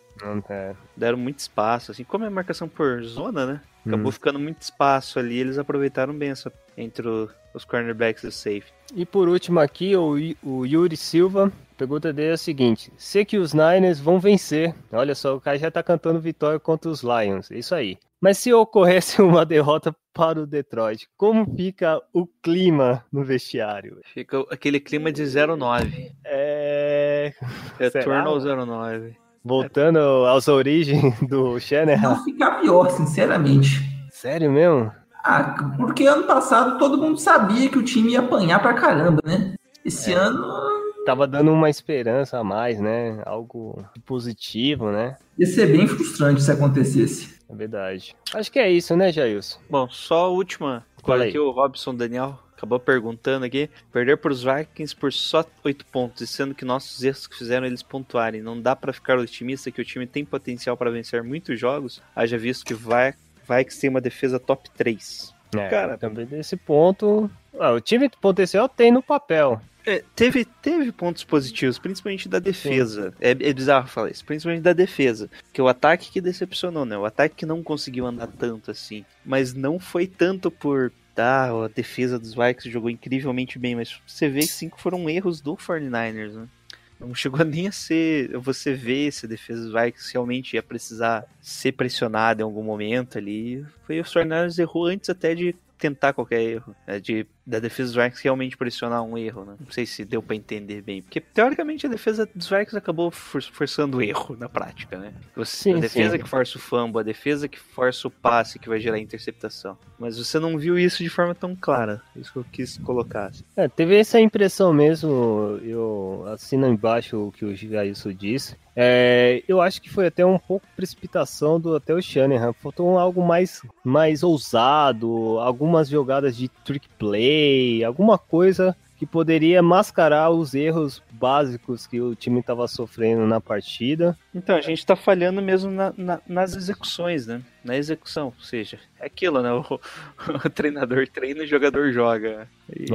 Deram muito espaço, assim, como é marcação por zona, né? Acabou ficando muito espaço ali, eles aproveitaram bem entre os cornerbacks e o safety. E por último aqui, o Yuri Silva, a pergunta dele é a seguinte: sei que os Niners vão vencer, olha só, o cara já tá cantando vitória contra os Lions, é isso aí. Mas se ocorresse uma derrota para o Detroit, como fica o clima no vestiário? Fica aquele clima de 0-9. Retorno ao 0-9. Voltando às origens do Shanahan. Não ficar pior, sinceramente. Sério mesmo? Porque ano passado todo mundo sabia que o time ia apanhar pra caramba, né? Esse ano... Tava dando uma esperança a mais, né? Algo positivo, né? Ia ser bem frustrante se acontecesse. É verdade. Acho que é isso, né, Jailson? Bom, só a última. Fala aí. Aqui o Robson Daniel acabou perguntando aqui. Perder para os Vikings por só 8 pontos, e sendo que nossos erros que fizeram eles pontuarem. Não dá para ficar otimista que o time tem potencial para vencer muitos jogos, haja visto que Vikings tem uma defesa top 3. Cara, também desse ponto... o time de potencial tem no papel. Teve pontos positivos, principalmente da defesa. É bizarro falar isso, principalmente da defesa. Que o ataque que decepcionou, né? O ataque que não conseguiu andar tanto assim. Mas não foi tanto por... a defesa dos Vikings jogou incrivelmente bem, mas você vê que 5 foram erros do 49ers, né? Não chegou nem a ser... Você vê se a defesa dos Vikings realmente ia precisar ser pressionada em algum momento ali. Foi o 49ers errou antes até de tentar qualquer erro, da defesa dos Vikings realmente pressionar um erro, né? Não sei se deu pra entender bem, porque teoricamente a defesa dos Vikings acabou forçando o erro na prática, né? A defesa que força o fumble, a defesa que força o passe que vai gerar interceptação, mas você não viu isso de forma tão clara, isso que eu quis colocar. Teve essa impressão mesmo, eu assino embaixo o que o Jailson disse. Eu acho que foi até um pouco precipitação até o Shanahan. Faltou algo mais ousado, algumas jogadas de trick play, alguma coisa que poderia mascarar os erros básicos que o time estava sofrendo na partida. Então, a gente está falhando mesmo nas execuções, né? Na execução, ou seja, é aquilo, né? O treinador treina e o jogador joga.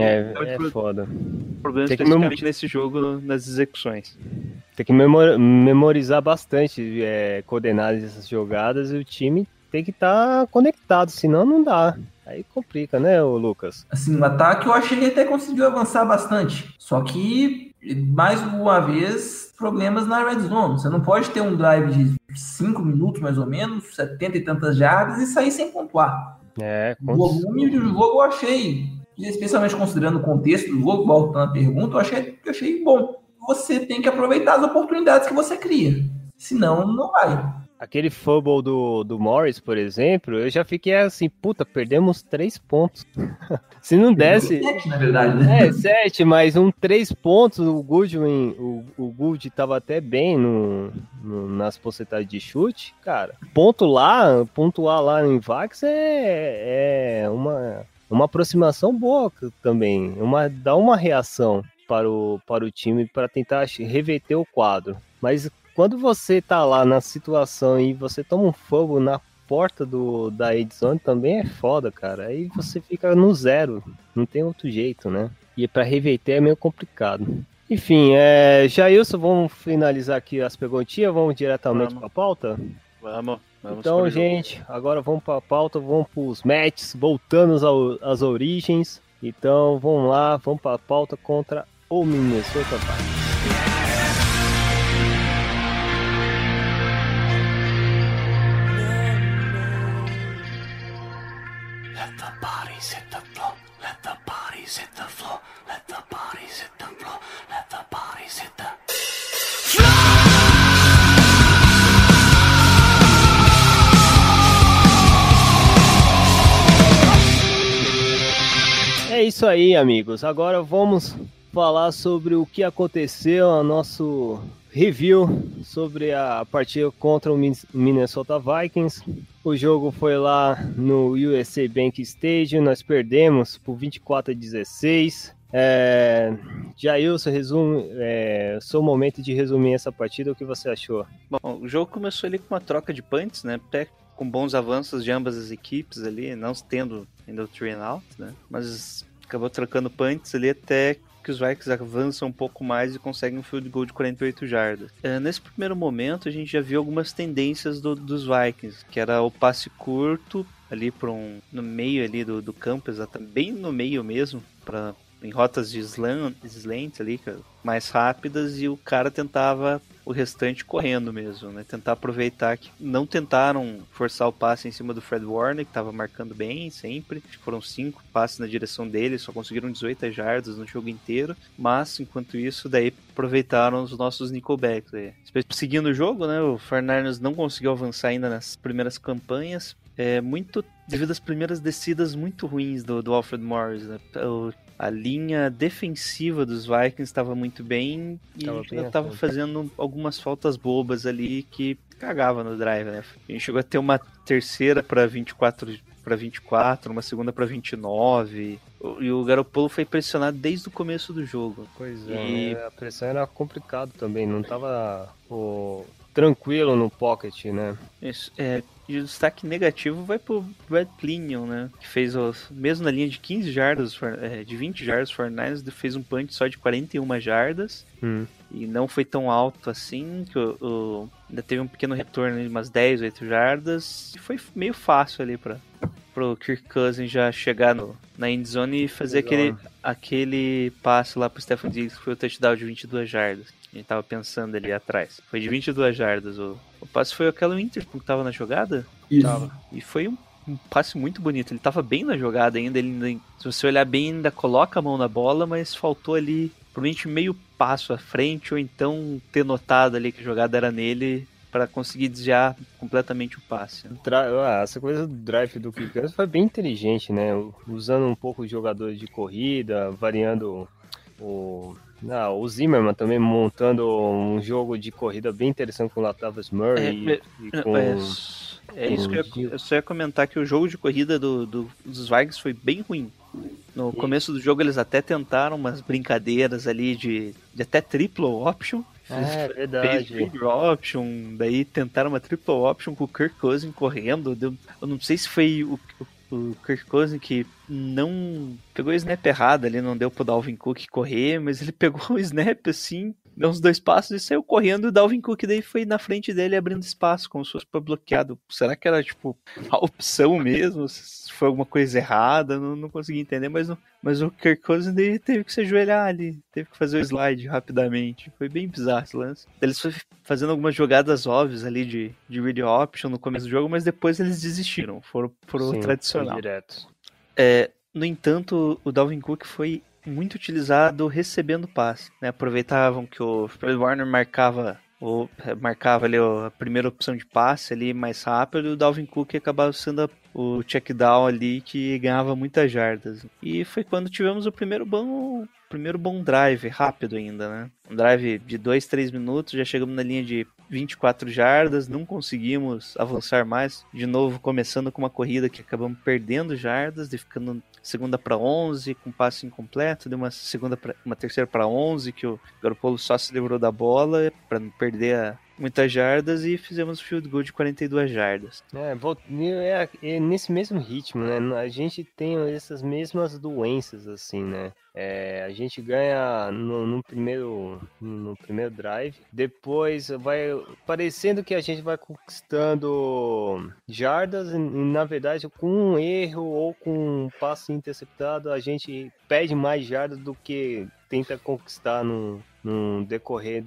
É foda. O problema é especificamente nesse jogo, nas execuções. Tem que memorizar bastante coordenadas dessas jogadas e o time tem que estar conectado, senão não dá. Aí complica, né, o Lucas? Assim, o ataque eu achei que ele até conseguiu avançar bastante. Só que, mais uma vez, problemas na red zone. Você não pode ter um drive de 5 minutos, mais ou menos, 70 e tantas jardas e sair sem pontuar. O volume do jogo eu achei, especialmente considerando o contexto do jogo, voltando à pergunta, eu achei bom. Você tem que aproveitar as oportunidades que você cria. Senão, não vai. Aquele fumble do Morris, por exemplo, eu já fiquei assim, perdemos 3 pontos. Se não desse... 7, na verdade, né? 7, mas 3 pontos, o Goodwin, o Good tava até bem nas porcentagens de chute, cara. Pontuar lá em Vax é uma aproximação boa também, dá uma reação para o time para tentar reverter o quadro. Mas quando você tá lá na situação e você toma um fumble na porta da end zone, também é foda, cara. Aí você fica no zero, não tem outro jeito, né? E para reverter é meio complicado. Enfim, Jailson, vamos finalizar aqui as perguntinhas, vamos diretamente para a pauta? Vamos então, gente, agora vamos para a pauta, vamos para os matches, voltando às origens. Então, vamos lá, vamos para a pauta contra o Minnesota Vikings. É isso aí, amigos. Agora vamos falar sobre o que aconteceu, o nosso review sobre a partida contra o Minnesota Vikings. O jogo foi lá no USA Bank Stadium, nós perdemos por 24-16. Jailson, seu momento de resumir essa partida, o que você achou? Bom, o jogo começou ali com uma troca de punts, né? Até com bons avanços de ambas as equipes ali, não tendo ainda o 3-and-out, né? Mas acabou trocando punts ali até que os Vikings avançam um pouco mais e conseguem um field goal de 48 jardas. Nesse primeiro momento, a gente já viu algumas tendências dos Vikings, que era o passe curto ali no meio ali do campo, exatamente, bem no meio mesmo, em rotas de slant ali, mais rápidas, e o cara tentava o restante correndo mesmo, né? Tentar aproveitar que não tentaram forçar o passe em cima do Fred Warner, que estava marcando bem sempre. Acho que foram 5 passes na direção dele, só conseguiram 18 jardas no jogo inteiro. Mas, enquanto isso, daí aproveitaram os nossos nickelbacks. Seguindo o jogo, né? O 49ers não conseguiu avançar ainda nas primeiras campanhas. Muito devido às primeiras descidas muito ruins do Alfred Morris, né? A linha defensiva dos Vikings estava muito bem e estava fazendo algumas faltas bobas ali que cagava no drive, né? A gente chegou a ter uma terceira pra 24, uma segunda pra 29. E o Garoppolo foi pressionado desde o começo do jogo. Pois é, a pressão era complicado também, não tava tranquilo no pocket, né? Isso, e o destaque negativo vai pro Brad Pinion, né? Que fez, mesmo na linha de 15 jardas, de 20 jardas, 49ers fez um punch só de 41 jardas. E não foi tão alto assim, que ainda teve um pequeno retorno de umas 10, 8 jardas. E foi meio fácil ali pro Kirk Cousins já chegar na endzone e fazer aquele passe lá pro Stefon Diggs, que foi o touchdown de 22 jardas. A gente tava pensando ali atrás. Foi de 22 jardas. O passe foi aquele Witherspoon que tava na jogada? Isso. Tava. E foi um passe muito bonito. Ele tava bem na jogada ainda. Se você olhar bem, ainda coloca a mão na bola, mas faltou ali provavelmente meio passo à frente, ou então ter notado ali que a jogada era nele para conseguir desviar completamente o passe. Essa coisa do drive do Kirk Cousins foi bem inteligente, né? Usando um pouco os jogadores de corrida, variando o Zimmerman também montando um jogo de corrida bem interessante com o Latavius Murray isso que eu só ia comentar, que o jogo de corrida dos Vikings foi bem ruim. No começo do jogo eles até tentaram umas brincadeiras ali de até triple option. Verdade. Triple option, daí tentaram uma triple option com o Kirk Cousins correndo. Eu não sei se foi o Kirk Cousins que não pegou o snap errado ali, não deu pro Dalvin Cook correr, mas ele pegou o snap assim, deu uns 2 passos e saiu correndo, e o Dalvin Cook daí foi na frente dele abrindo espaço, como se fosse pra bloqueado. Será que era tipo a opção mesmo? Se foi alguma coisa errada, não consegui entender, mas o Kirk Cousins daí teve que se ajoelhar ali, teve que fazer o slide rapidamente. Foi bem bizarro esse lance. Eles foram fazendo algumas jogadas óbvias ali de read option no começo do jogo, mas depois eles desistiram, foram pro tradicional. Direto. No entanto, o Dalvin Cook foi muito utilizado recebendo passe, né? Aproveitavam que o Fred Warner marcava ali a primeira opção de passe ali mais rápido, e o Dalvin Cook acabava sendo o check down ali que ganhava muitas jardas. E foi quando tivemos o primeiro bom drive, rápido ainda, né? Um drive de 2-3 minutos, já chegamos na linha de 24 jardas, não conseguimos avançar mais. De novo, começando com uma corrida que acabamos perdendo jardas, ficando segunda para 11, com passe incompleto, deu uma terceira para 11, que o Garoppolo só se livrou da bola para não perder muitas jardas, e fizemos o field goal de 42 jardas. Nesse mesmo ritmo, né? A gente tem essas mesmas doenças, assim, né? A gente ganha no primeiro drive, depois vai parecendo que a gente vai conquistando jardas, e na verdade com um erro ou com um passe interceptado a gente perde mais jardas do que tenta conquistar no decorrer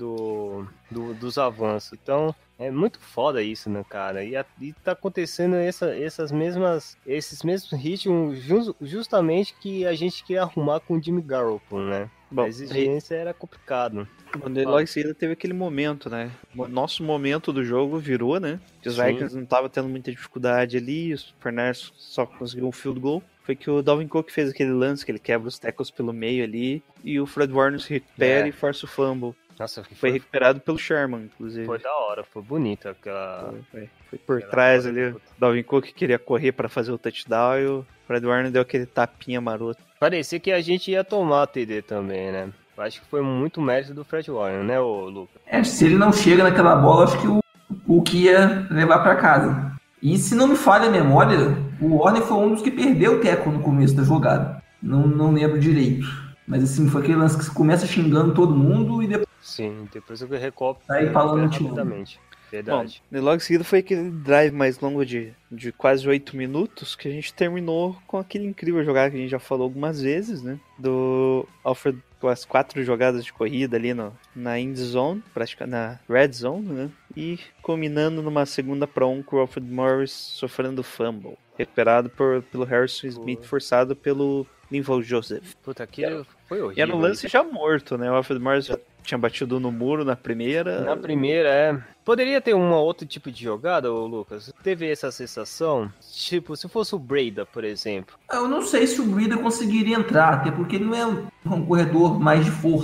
dos avanços. Então é muito foda isso, né, cara? E tá acontecendo esses mesmos ritmos justamente que a gente queria arrumar com o Jimmy Garoppolo, né? Bom, a exigência era complicado. Logo em seguida teve aquele momento, né? O nosso momento do jogo virou, né? Os Vikings não estavam tendo muita dificuldade ali, os Fernandes só conseguiu um field goal. Foi que o Dalvin Cook fez aquele lance que ele quebra os tackles pelo meio ali, e o Fred Warner se recupera e força o fumble. Nossa, foi recuperado pelo Sherman, inclusive. Foi da hora, foi bonito aquela... Foi por trás ali, o Dalvin Cook queria correr para fazer o touchdown e o Fred Warner deu aquele tapinha maroto. Parecia que a gente ia tomar a TD também, né? Acho que foi muito mérito do Fred Warner, né, Lucas? Se ele não chega naquela bola, acho que o que ia levar para casa. E se não me falha a memória, o Warner foi um dos que perdeu o tackle no começo da jogada. Não lembro direito. Mas assim, foi aquele lance que você começa xingando todo mundo e depois... Sim, depois eu recupero aí falando rapidamente. Verdade. Bom, logo em seguida foi aquele drive mais longo de quase 8 minutos que a gente terminou com aquele incrível jogada que a gente já falou algumas vezes, né? Do Alfred com as 4 jogadas de corrida ali na end zone, praticamente na red zone, né? E culminando numa segunda para 1 com o Alfred Morris sofrendo fumble, recuperado pelo Harrison Smith, forçado pelo Linval Joseph. Puta, aquilo foi horrível. E era um lance já morto, né? O Alfred Morris já tinha batido no muro na primeira. Na primeira, Poderia ter um outro tipo de jogada, Lucas? Teve essa sensação? Tipo, se fosse o Breida, por exemplo. Eu não sei se o Breida conseguiria entrar, até porque ele não é um corredor mais de força.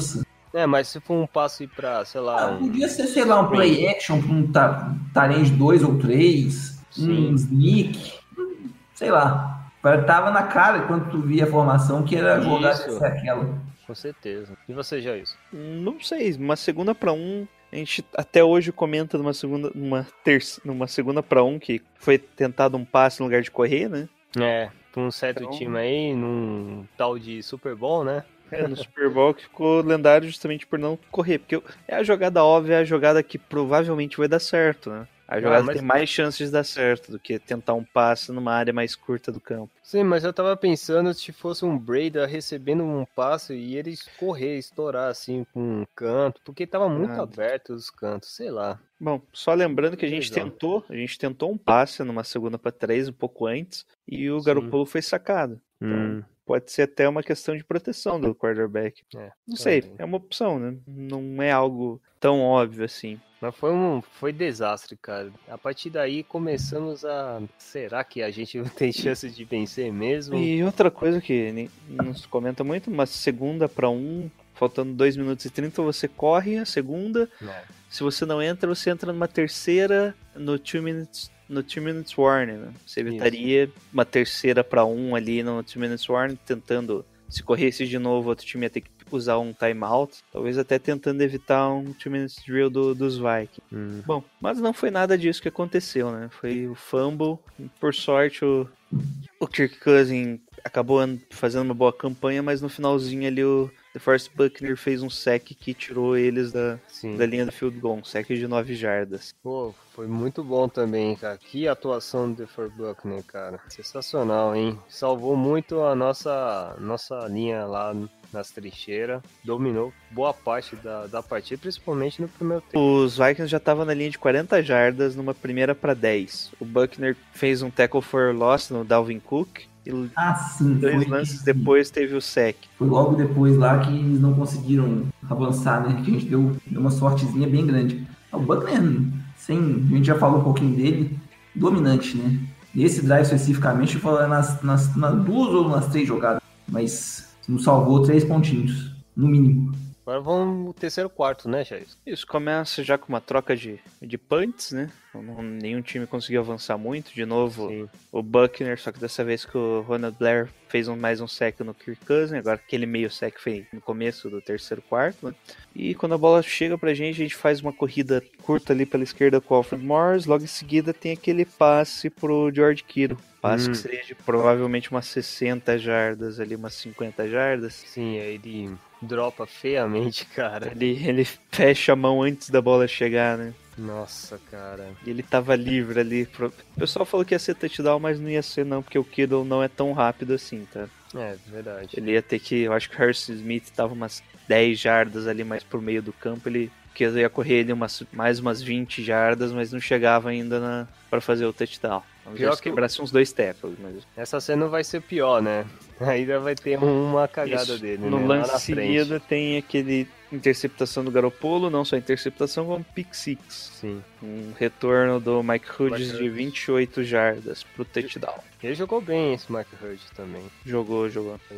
Mas se for um passe pra, sei lá... Podia ser, sei lá, um play action pra um Tyrande 2 ou 3, um sneak, sei lá. Tava na cara quando tu via a formação que era jogar ser aquela. Com certeza. E você, Jair? Não sei, uma segunda pra um... A gente até hoje comenta numa segunda pra um que foi tentado um passe no lugar de correr, né? Pra um certo time aí, num tal de Super Bowl, né? No Super Bowl que ficou lendário justamente por não correr, porque é a jogada óbvia, é a jogada que provavelmente vai dar certo, né? A jogada tem mais chances de dar certo do que tentar um passe numa área mais curta do campo. Sim, mas eu tava pensando se fosse um Brady recebendo um passe e eles correr, estourar assim com um canto, porque tava muito aberto os cantos, sei lá. Bom, só lembrando que a gente tentou um passe numa segunda para 3 um pouco antes e o Garoppolo foi sacado. Então, pode ser até uma questão de proteção do quarterback. Não sei, é uma opção, né? Não é algo tão óbvio assim. Mas foi desastre, cara. A partir daí começamos a... Será que a gente tem chance de vencer mesmo? E outra coisa que não se comenta muito, uma segunda para um, faltando 2 minutos e 30, você corre a segunda. Se você não entra, você entra numa terceira no 2 minutes warning, né? Você evitaria uma terceira para um ali no 2 minutes warning, tentando, se corresse de novo, outro time ia ter que usar um timeout, talvez até tentando evitar um 2 minutes drill dos Vikings. Bom, mas não foi nada disso que aconteceu, né? Foi o fumble, por sorte o Kirk Cousins acabou fazendo uma boa campanha, mas no finalzinho ali o DeForest Buckner fez um sack que tirou eles da linha do field goal, um sack de 9 jardas. Pô, foi muito bom também, cara. Que atuação do DeForest Buckner, cara. Sensacional, hein? Salvou muito a nossa linha lá nas trincheiras, dominou boa parte da partida, principalmente no primeiro tempo. Os Vikings já estavam na linha de 40 jardas numa primeira para 10. O Buckner fez um tackle for loss no Dalvin Cook. Sim. 2 lances depois teve o sec. Foi logo depois lá que eles não conseguiram avançar, né? Que a gente deu uma sortezinha bem grande. O Buckner, a gente já falou um pouquinho dele, dominante, né? Nesse drive especificamente, foi nas 2 ou nas 3 jogadas. Mas nos salvou 3 pontinhos, no mínimo. Agora vamos no terceiro quarto, né, Jair? Isso, começa já com uma troca de punts, né? Nenhum time conseguiu avançar muito. De novo, o Buckner, só que dessa vez que o Ronald Blair fez mais um sec no Kirk Cousins. Agora aquele meio sec foi no começo do terceiro quarto, né? E quando a bola chega pra gente, a gente faz uma corrida curta ali pela esquerda com o Alfred Morris. Logo em seguida tem aquele passe pro George Kittle. Passe que seria de provavelmente umas 60 jardas ali, umas 50 jardas. Sim, ele dropa feiamente, cara. Ele fecha a mão antes da bola chegar, né? Nossa, cara. E ele tava livre ali. O pessoal falou que ia ser touchdown, mas não ia ser não, porque o Kittle não é tão rápido assim, tá? É, verdade. Ele ia ter que... Eu acho que o Harrison Smith tava umas 10 jardas ali mais por meio do campo. Ele ia correr ele mais umas 20 jardas, mas não chegava ainda pra fazer o touchdown. Pior que quebrasse uns 2 tackles. Mas... Essa cena vai ser pior, né? Ainda vai ter uma cagada dele, no né? lance seguida tem aquele interceptação do Garoppolo, não só interceptação, como pick six. Sim. Um retorno do Mike Hughes de 28 jardas pro touchdown. Ele jogou bem esse Mike Hughes também. Jogou.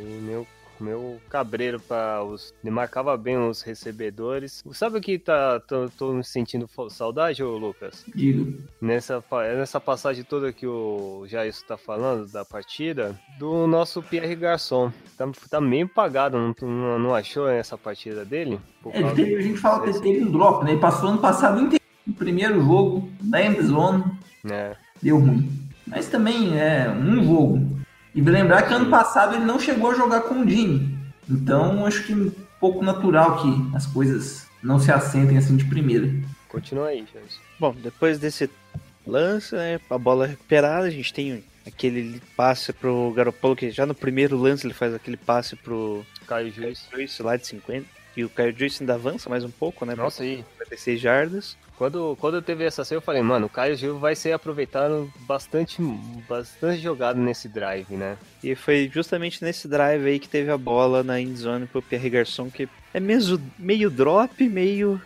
E meu cabreiro ele marcava bem os recebedores. Sabe o que tô me sentindo saudade, ô Lucas? Digo. Nessa passagem toda que o Jair tá falando da partida, do nosso Pierre Garçon. Tá meio pagado, não achou essa partida dele? A gente fala que ele teve um drop, né? Ele passou ano passado inteiro. No primeiro jogo, da end zone, deu ruim. Mas também é um jogo. E lembrar que ano passado ele não chegou a jogar com o Jimmy. Então acho que é um pouco natural que as coisas não se assentem assim de primeira. Continua aí, Jair. Bom, depois desse lance, né, a bola recuperada, a gente tem aquele passe pro Garoppolo, que já no primeiro lance ele faz aquele passe pro Caio Juice lá de 50. E o Caio Juice ainda avança mais um pouco, né? Nossa, aí. 56 jardas. Quando teve essa cena, eu falei, mano, o Caio Gil vai ser aproveitado bastante jogado nesse drive, né? E foi justamente nesse drive aí que teve a bola na endzone pro Pierre Garçon, que é meio drop, meio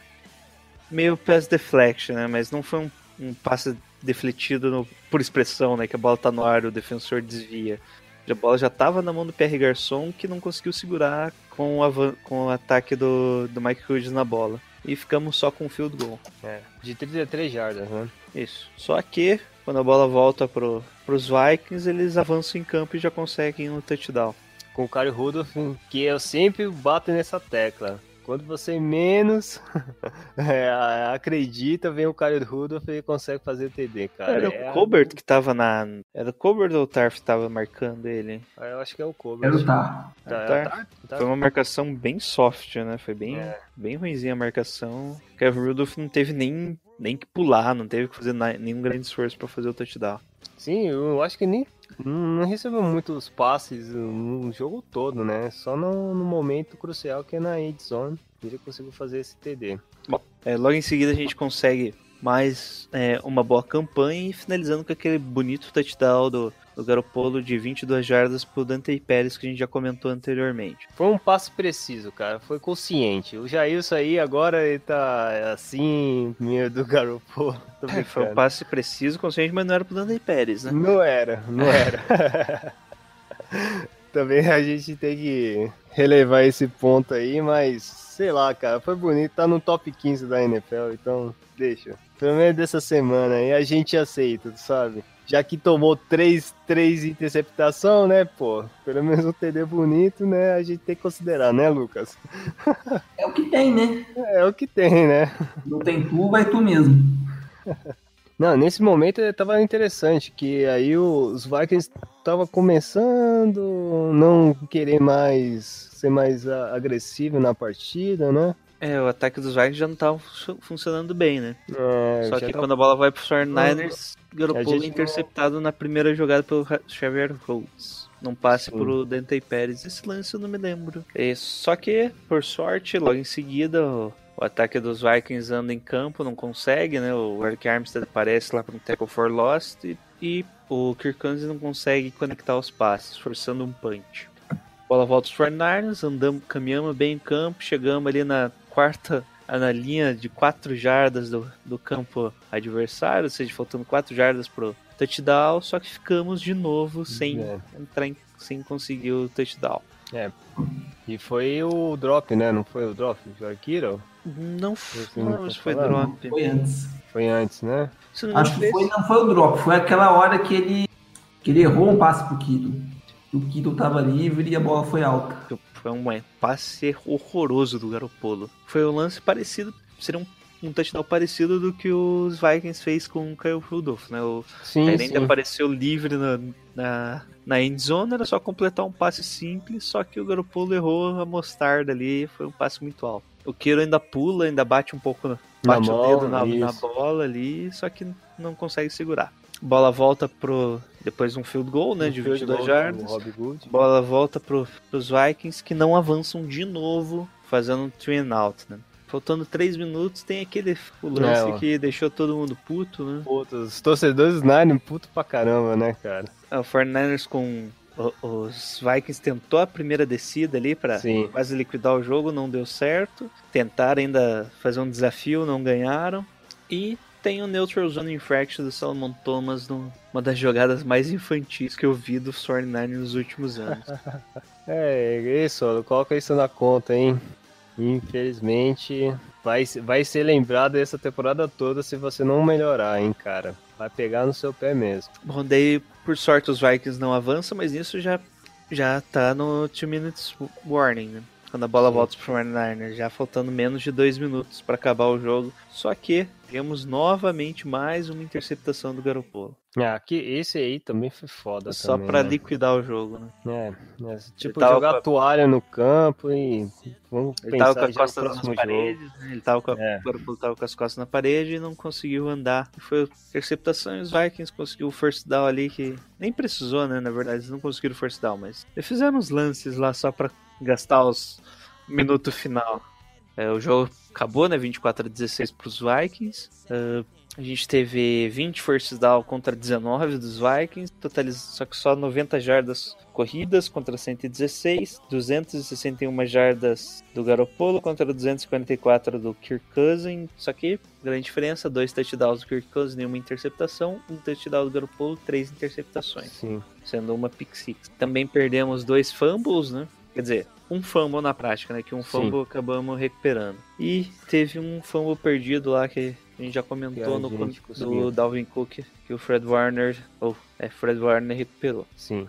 pass deflection, né? Mas não foi um passe defletido por expressão, né? Que a bola tá no ar e o defensor desvia. A bola já tava na mão do Pierre Garçon, que não conseguiu segurar com o ataque do Mike Hughes na bola. E ficamos só com o field goal. De 33 jardas, né? Isso. Só que, quando a bola volta pros Vikings, eles avançam em campo e já conseguem um touchdown. Com o Kyle Rudolph, que eu sempre bato nessa tecla. Quando você menos acredita, vem o Kyle Rudolph e consegue fazer o TD, cara. Era o Colbert que tava na... Era o Colbert ou o Tarf que tava marcando ele? Eu acho que é o Colbert. Era o Tar. Tá. Foi uma marcação bem soft, né? Foi bem ruimzinha a marcação. O Kyle Rudolph não teve nem que pular, não teve que fazer nenhum grande esforço pra fazer o touchdown. Sim, eu acho que nem não recebeu muitos passes no jogo todo, né? Só no momento crucial que é na end zone ele conseguiu fazer esse TD. Bom, logo em seguida a gente consegue mais uma boa campanha e finalizando com aquele bonito touchdown do Garoppolo de 22 jardas pro Dante Pérez que a gente já comentou anteriormente. Foi um passe preciso, cara. Foi consciente. O Jailson aí agora ele tá assim, meio do Garoppolo. Foi um passe preciso, consciente, mas não era pro Dante Pérez, né? Não era. Também a gente tem que relevar esse ponto aí, mas sei lá, cara, foi bonito, tá no top 15 da NFL, então deixa. Pelo menos dessa semana aí a gente aceita, sabe? Já que tomou três interceptação, né, pô? Pelo menos um TD bonito, né? A gente tem que considerar, né, Lucas? É o que tem, né? É o que tem, né? Não tem tu, vai tu mesmo. Não, nesse momento tava interessante, que aí os Vikings estavam começando não querer ser mais agressivo na partida, né? O ataque dos Vikings já não tava funcionando bem, né? Só que tá... quando a bola vai pro 49ers, Garoppolo interceptado na primeira jogada pelo Xavier Rhodes. Não passe pro Dante Pérez. Esse lance eu não me lembro. Só que, por sorte, logo em seguida... O ataque dos Vikings anda em campo, não consegue, né? O Eric Armstead aparece lá para um tackle for lost e o Kirk Cousins não consegue conectar os passes, forçando um punch. A bola volta aos 49ers, caminhamos bem em campo, chegamos ali na linha de 4 jardas do campo adversário, ou seja, faltando 4 jardas pro touchdown, só que ficamos de novo sem conseguir o touchdown. E foi o drop, né? Não foi o drop do George Kittle? Não foi drop. Foi antes. Foi antes, né? Acho que não foi o drop, foi aquela hora que ele errou um passe pro Kittle. O Kittle tava livre e a bola foi alta. Foi um passe horroroso do Garoppolo. Foi um lance parecido, seria um touchdown parecido do que os Vikings fez com o Kyle Rudolph, né? O Tyrant apareceu livre na end zone, era só completar um passe simples, só que o Garoppolo errou a mostarda ali, foi um passe muito alto. O Kittle ainda pula, ainda bate um pouco, bate o dedo na bola ali, só que não consegue segurar. Bola volta depois de um field goal, né, de 22 jardas. Bola volta pros Vikings, que não avançam de novo, fazendo um 3-and-out, né. Faltando 3 minutos, tem aquele lance que deixou todo mundo puto, né? Os torcedores do Niners puto pra caramba, né, cara? O 49ers com os Vikings tentou a primeira descida ali pra quase liquidar o jogo, não deu certo. Tentaram ainda fazer um desafio, não ganharam. E tem o Neutral Zone Infraction do Solomon Thomas, uma das jogadas mais infantis que eu vi do 49ers nos últimos anos. Isso, coloca isso na conta, hein? Infelizmente, vai ser lembrado essa temporada toda se você não melhorar, hein, cara. Vai pegar no seu pé mesmo. Bom, daí, por sorte, os Vikings não avançam, mas isso já tá no 2 minutes warning, né? Quando a bola volta pro 49ers, já faltando menos de 2 minutos para acabar o jogo. Só que temos novamente mais uma interceptação do Garoppolo. Que esse aí também foi foda. Só também, pra né? liquidar o jogo, né? Tipo, jogar toalha no campo e vamos ele pensar tava com as costas nas jogo. paredes, né? Ele tava o Garoppolo tava com as costas na parede e não conseguiu andar. Foi interceptação e os Vikings conseguiu o first down ali que nem precisou, né? Na verdade, eles não conseguiram o first down, mas eles fizeram uns lances lá só pra gastar os minutos final. O jogo acabou, né? 24-16 pros Vikings. A gente teve 20 first down contra 19 dos Vikings, só que só 90 jardas corridas contra 116, 261 jardas do Garoppolo contra 244 do Kirk Cousins, só que grande diferença, 2 touchdowns do Kirk Cousins, nenhuma interceptação, 1 touchdown do Garoppolo, 3 interceptações, Sim. sendo uma pick six. Também perdemos 2 fumbles, né? Quer dizer, um fumble na prática, né? Que um fumble acabamos recuperando. E teve um fumble perdido lá que a gente já comentou do Dalvin Cook, que o Fred Warner recuperou. Sim.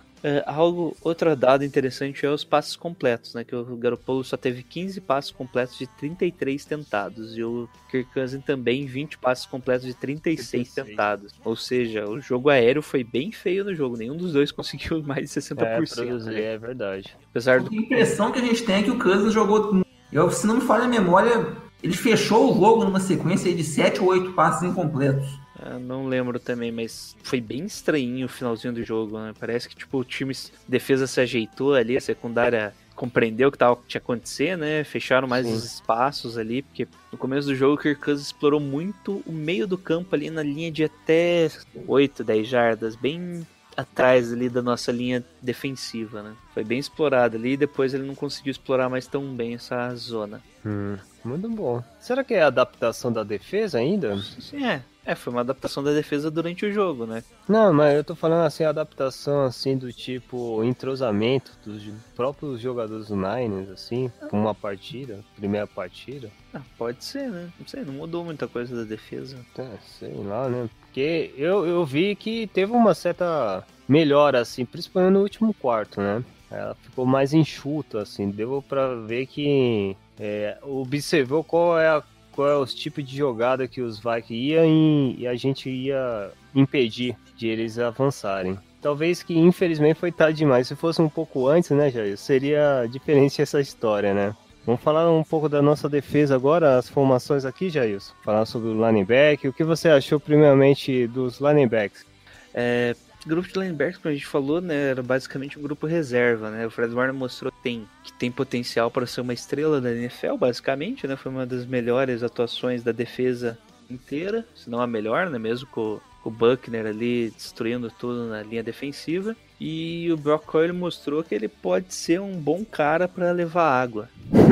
Outro dado interessante é os passes completos, né? Que o Garoppolo só teve 15 passes completos de 33 tentados. E o Kirk Cousins também 20 passes completos de 36 tentados. Ou seja, o jogo aéreo foi bem feio no jogo. Nenhum dos dois conseguiu mais de 60%. Produzir, é verdade. Apesar A impressão que a gente tem é que o Cousins jogou... se não me falha a memória, ele fechou o jogo numa sequência de 7 ou 8 passes incompletos. Não lembro também, mas foi bem estranhinho o finalzinho do jogo, né? Parece que tipo, o time defesa se ajeitou ali, a secundária compreendeu o que tinha acontecer, né? Fecharam mais os espaços ali, porque no começo do jogo o Kirk Cousins explorou muito o meio do campo ali na linha de até 8, 10 jardas, bem atrás ali da nossa linha defensiva, né? Foi bem explorado ali e depois ele não conseguiu explorar mais tão bem essa zona. Muito bom. Será que é a adaptação da defesa ainda? Sim, foi uma adaptação da defesa durante o jogo, né? Não, mas eu tô falando assim, adaptação assim do tipo entrosamento dos próprios jogadores do Niners, assim, com uma partida, primeira partida. Pode ser, né? Não sei, não mudou muita coisa da defesa. Sei lá, né? Porque eu vi que teve uma certa melhora, assim, principalmente no último quarto, né? Ela ficou mais enxuta, assim, deu pra ver que observou qual é os tipos de jogada que os Vikings iam e a gente ia impedir de eles avançarem. Talvez que, infelizmente, foi tarde demais. Se fosse um pouco antes, né, Jair? Seria diferente essa história, né? Vamos falar um pouco da nossa defesa agora, as formações aqui, Jair. Falar sobre o linebacker. O que você achou, primeiramente, dos linebacks? O grupo de linebackers, como a gente falou, né, era basicamente um grupo reserva, né? O Fred Warner mostrou que tem potencial para ser uma estrela da NFL, basicamente, né? Foi uma das melhores atuações da defesa inteira, se não a melhor, né? Mesmo com o Buckner ali destruindo tudo na linha defensiva. E o Brock Coyle mostrou que ele pode ser um bom cara para levar água.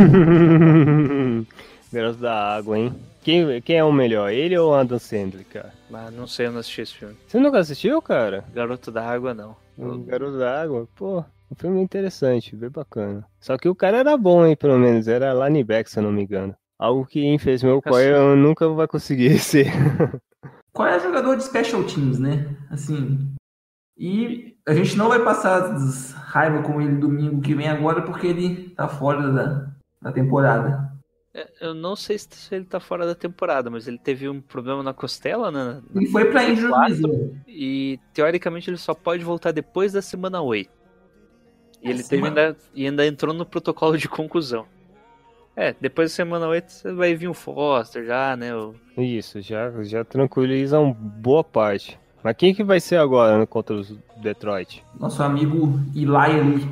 Garoto da água, hein? Quem é o melhor, ele ou Adam Sandler, cara? Mas não sei, eu não assisti esse filme. Você nunca assistiu, cara? Garoto da Água, não. Garoto da Água? Pô, um filme interessante, bem bacana. Só que o cara era bom, hein, pelo menos. Era linebacker, se eu não me engano. Algo que, infelizmente, o Coyle nunca vai conseguir ser. Qual é o jogador de special teams, né? Assim... E a gente não vai passar raiva com ele domingo que vem agora porque ele tá fora da temporada. Eu não sei se ele tá fora da temporada, mas ele teve um problema na costela, né? E foi pra injury reserve. E teoricamente ele só pode voltar depois da semana 8. E ele ainda entrou no protocolo de conclusão. Depois da semana 8 vai vir o Foster já, né? Isso, já tranquiliza uma boa parte. Mas quem que vai ser agora contra os Detroit? Nosso amigo Eli ali.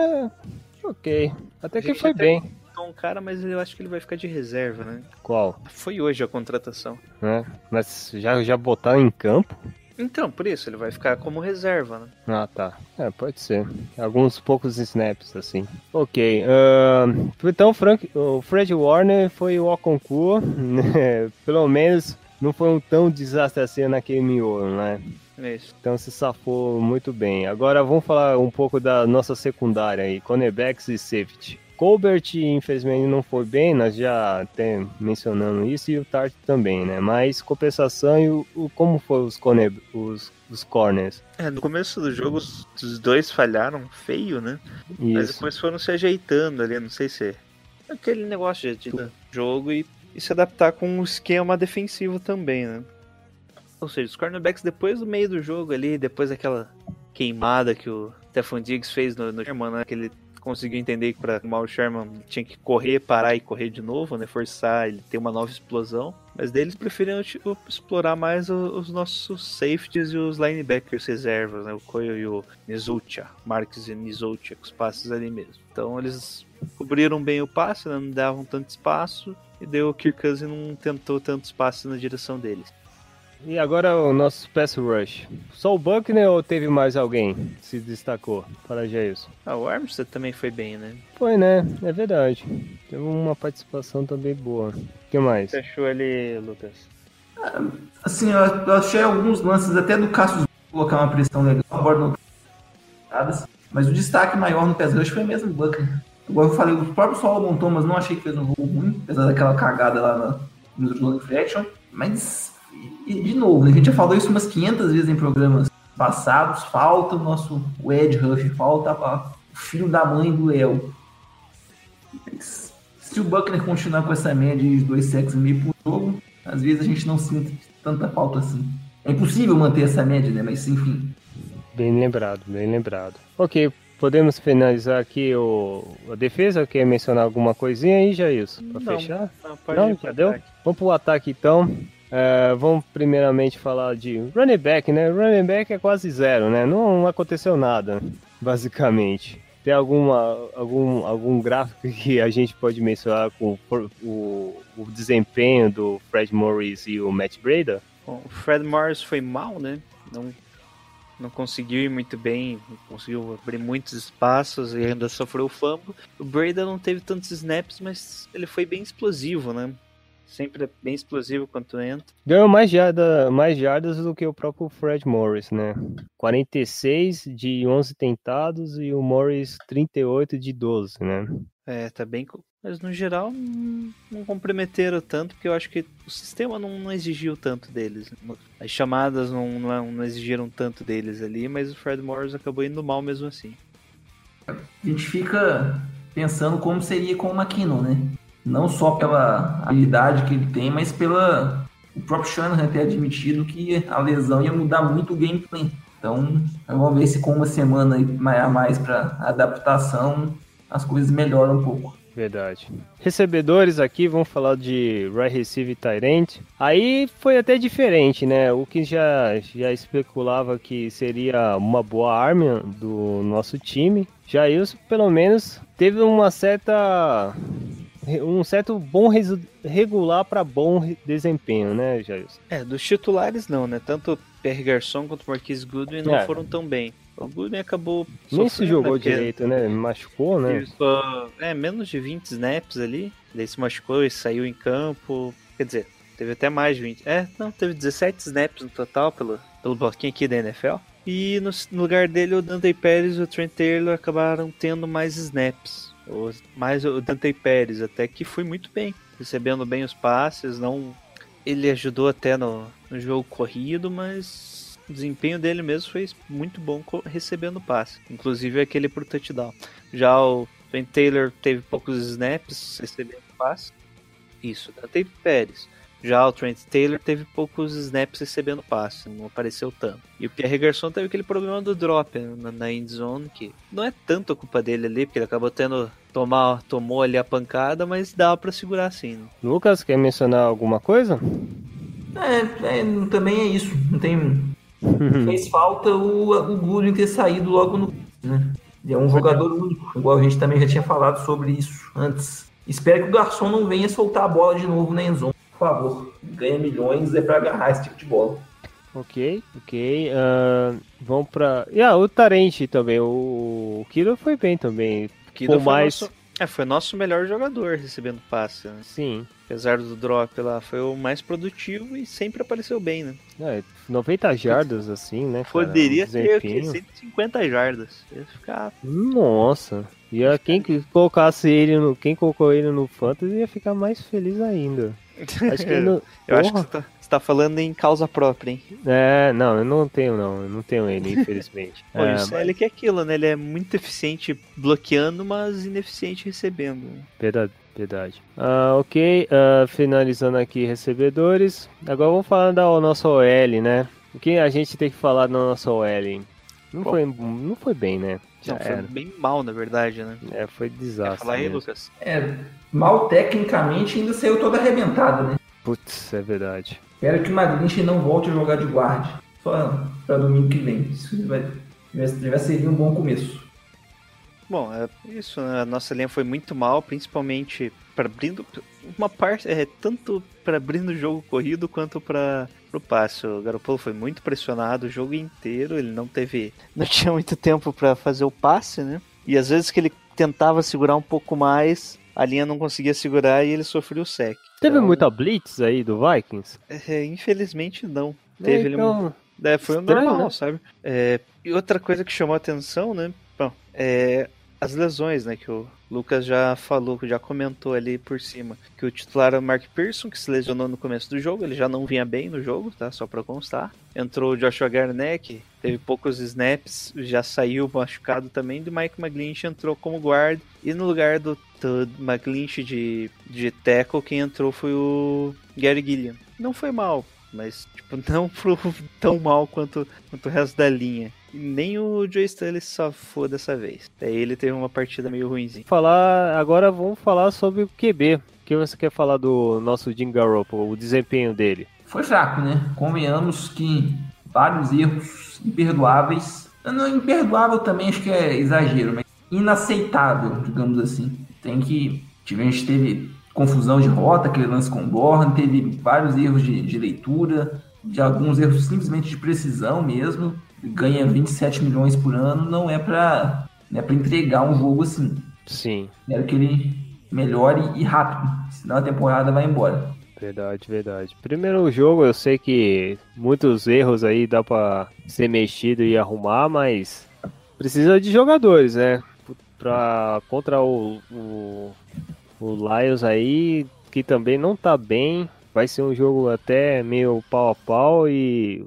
Ok. Até que foi bem. Um cara, mas eu acho que ele vai ficar de reserva, né? Qual? Foi hoje a contratação. Mas já botaram em campo? Então, por isso, ele vai ficar como reserva, né? Ah, tá. Pode ser. Alguns poucos snaps, assim. Ok. Então, o Fred Warner foi o concurso. Pelo menos não foi um tão desastre assim naquele miolo, né? Isso. Então se safou muito bem. Agora vamos falar um pouco da nossa secundária aí, cornerbacks e safety. Colbert, infelizmente, não foi bem, nós já até mencionamos isso, e o Tart também, né? Mas compensação como foi os corners? No começo do jogo, os dois falharam feio, né? Isso. Mas depois foram se ajeitando ali, não sei se é aquele negócio de jogo e se adaptar com um esquema defensivo também, né? Ou seja, os cornerbacks depois do meio do jogo ali, depois daquela queimada que o Stephon Diggs fez no Sherman, né? Que ele conseguiu entender que para o Sherman tinha que correr, parar e correr de novo, né? Forçar ele ter uma nova explosão. Mas daí eles preferiram explorar mais os nossos safeties e os linebackers reservas, né? O Coyle e o Nizucha, Marques e Nizucha, com os passes ali mesmo. Então eles cobriram bem o passe, né? Não davam tanto espaço, e daí o Kirk Cousins não tentou tantos passes na direção deles. E agora o nosso pass rush. Só o Buckner ou teve mais alguém que se destacou para Jailson? O Armstead também foi bem, né? Foi, né? É verdade. Teve uma participação também boa. O que mais? Você achou ali, Lucas? Assim, eu achei alguns lances até do Cassius colocar uma pressão legal, embora não mas o destaque maior no pass rush foi mesmo o Buckner. Igual eu falei, o próprio Solomon Thomas não achei que fez um jogo ruim, apesar daquela cagada lá no Long Fraction, mas... E, de novo, né? A gente já falou isso umas 500 vezes em programas passados. Falta o Ed Rush, falta o filho da mãe do Léo. Se o Buckner continuar com essa média de 2 sacks e meio por jogo, às vezes a gente não sente tanta falta assim. É impossível manter essa média, né? Mas enfim. Bem lembrado, bem lembrado. Ok, podemos finalizar aqui a defesa. Quer mencionar alguma coisinha aí, Jailson? Pra fechar? Não, já deu? Vamos pro ataque então. Vamos primeiramente falar de running back, né? Running back é quase zero, né? Não aconteceu nada, basicamente. Tem algum gráfico que a gente pode mencionar com o desempenho do Fred Morris e o Matt Breida? Bom, o Fred Morris foi mal, né? Não conseguiu ir muito bem, não conseguiu abrir muitos espaços e ainda sofreu fumble. O Breida não teve tantos snaps, mas ele foi bem explosivo, né? Sempre bem explosivo quando entra. Ganhou mais jardas do que o próprio Fred Morris, né? 46 de 11 tentados e o Morris 38 de 12, né? Tá bem... Mas no geral não comprometeram tanto, porque eu acho que o sistema não exigiu tanto deles. As chamadas não exigiram tanto deles ali, mas o Fred Morris acabou indo mal mesmo assim. A gente fica pensando como seria com o McKinnon, né? Não só pela habilidade que ele tem, mas pela o próprio Shanahan ter admitido que a lesão ia mudar muito o gameplay. Então, vamos ver se com uma semana a mais para adaptação as coisas melhoram um pouco. Verdade. Recebedores aqui, vamos falar de right receiver e tight end. Aí foi até diferente, né? O que já especulava que seria uma boa arma do nosso time. Jailson, pelo menos, teve um certo bom regular para bom desempenho, né, Jailson? Dos titulares não, né? Tanto o Pierre Garçon quanto o Marquise Goodwin não foram tão bem. O Goodwin acabou nem se jogou direito, né? Machucou, né? Menos de 20 snaps ali. Daí se machucou e saiu em campo. Quer dizer, teve até mais de 20. Teve 17 snaps no total pelo bloquinho aqui da NFL. E no lugar dele, o Dante Pérez e o Trent Taylor acabaram tendo mais snaps. Mais o Dante Pérez até que foi muito bem, recebendo bem os passes. Ele ajudou até no jogo corrido, mas o desempenho dele mesmo foi muito bom recebendo passe, inclusive aquele por touchdown. Já o Trent Taylor teve poucos snaps recebendo passe. Isso, Dante Pérez. Já o Trent Taylor teve poucos snaps recebendo passe, não apareceu tanto. E o Pierre Garçon teve aquele problema do drop na end zone, que não é tanto a culpa dele ali, porque ele acabou tomou ali a pancada, mas dava pra segurar assim. Né? Lucas, quer mencionar alguma coisa? Também é isso. Não tem... Fez falta o Goodwin ter saído logo no... Né? É um jogador único, igual a gente também já tinha falado sobre isso antes. Espero que o Garçon não venha soltar a bola de novo na end zone. Por favor, ganha milhões pra agarrar esse tipo de bola. Ok. Vamos pra... o Tarente também. O Kiro foi bem também. Kiro foi nosso melhor jogador recebendo passe. Né? Sim. Apesar do drop lá, foi o mais produtivo e sempre apareceu bem, né? 90 jardas, assim, né? Cara? Poderia ter 150 jardas. Ia ficar... Nossa. Quem colocou ele no Fantasy ia ficar mais feliz ainda. Acho que eu acho que você tá falando em causa própria, hein? Não, eu não tenho ele, infelizmente. Isso ele que é aquilo, né? Ele é muito eficiente bloqueando, mas ineficiente recebendo. Verdade. Ok, finalizando aqui recebedores. Agora vamos falar da nossa OL, né? O que a gente tem que falar da nossa OL? Não foi bem, né? Foi bem mal, na verdade, né? Foi desastre. Quer falar aí, Lucas? Mal tecnicamente ainda saiu toda arrebentada, né? Putz, é verdade. Espero que o McGlinchey não volte a jogar de guarda. Só para domingo que vem. Isso já seria um bom começo. Bom, é isso, né? A nossa linha foi muito mal, principalmente para abrindo uma parte, tanto para abrindo o jogo corrido quanto para o passe. O Garoppolo foi muito pressionado o jogo inteiro, ele não tinha muito tempo para fazer o passe, né? E às vezes que ele tentava segurar um pouco mais, a linha não conseguia segurar e ele sofreu o sec. Teve muita blitz aí do Vikings? Infelizmente não. Teve então... foi um normal, né? Sabe? E outra coisa que chamou a atenção, né? Bom, as lesões, né? Que o Lucas já falou, já comentou ali por cima. Que o titular era o Mark Pearson, que se lesionou no começo do jogo. Ele já não vinha bem no jogo, tá? Só pra constar. Entrou o Joshua Garnett, que teve poucos snaps, já saiu machucado também. Do Mike McGlinchey entrou como guard. E no lugar do McGlinchey de tackle, quem entrou foi o Gary Gilliam. Não foi mal, mas tipo, não tão mal quanto o resto da linha. E nem o Joe Stanley safou dessa vez. Daí ele teve uma partida meio ruimzinha. Agora vamos falar sobre o QB. O que você quer falar do nosso Jimmy Garoppolo, o desempenho dele? Foi fraco, né? Convenhamos que vários erros imperdoáveis. Não, imperdoável também acho que é exagero, mas inaceitável, digamos assim. A gente teve confusão de rota, aquele lance com o Borne, teve vários erros de leitura, de alguns erros simplesmente de precisão mesmo. Ganha 27 milhões por ano, não é pra entregar um jogo assim. Sim. Quero que ele melhore e rápido, senão a temporada vai embora. Verdade. Primeiro jogo, eu sei que muitos erros aí dá pra ser mexido e arrumar, mas precisa de jogadores, né? Contra o Lions aí, que também não tá bem. Vai ser um jogo até meio pau a pau e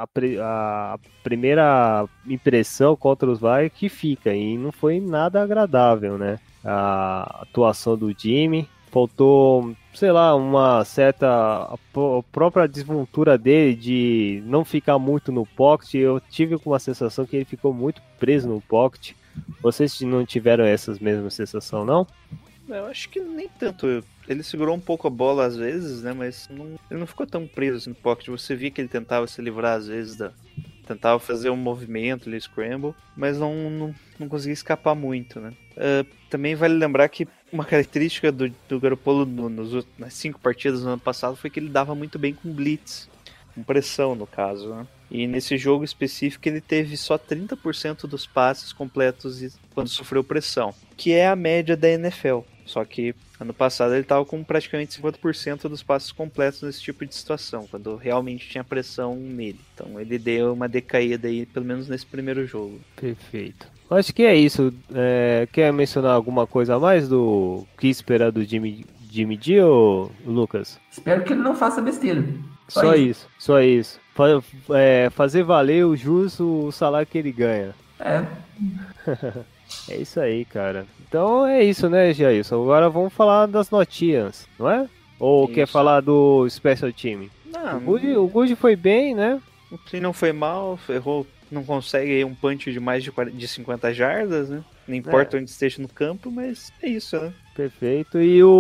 a primeira impressão contra os Vikings que fica. E não foi nada agradável, né? A atuação do Jimmy. Faltou, sei lá, uma certa... A própria desvoltura dele de não ficar muito no pocket. Eu tive uma sensação que ele ficou muito preso no pocket. Vocês não tiveram essas mesmas sensações, não? Eu acho que nem tanto. Ele segurou um pouco a bola às vezes, né? Mas ele não ficou tão preso assim no pocket. Você via que ele tentava se livrar às vezes tentava fazer um movimento, ele scramble, mas não conseguia escapar muito, né? Também vale lembrar que uma característica do Garoppolo nas 5 partidas do ano passado foi que ele dava muito bem com blitz, com pressão no caso, né? E nesse jogo específico ele teve só 30% dos passes completos quando sofreu pressão, que é a média da NFL. Só que ano passado ele estava com praticamente 50% dos passes completos nesse tipo de situação, quando realmente tinha pressão nele. Então ele deu uma decaída aí, pelo menos nesse primeiro jogo. Perfeito. Acho que é isso. Quer mencionar alguma coisa a mais do que esperar do Jimmy G ou Lucas? Espero que ele não faça besteira. Só isso. Fazer valer o justo o salário que ele ganha. É isso aí, cara. Então é isso, né, Jailson? Agora vamos falar das notinhas, não é? Ou isso. Quer falar do Special Team? Não, o Good foi bem, né? O Team não foi mal, errou, não consegue um punch de mais de 50 jardas, né? Não importa onde esteja no campo, mas é isso, né? Perfeito.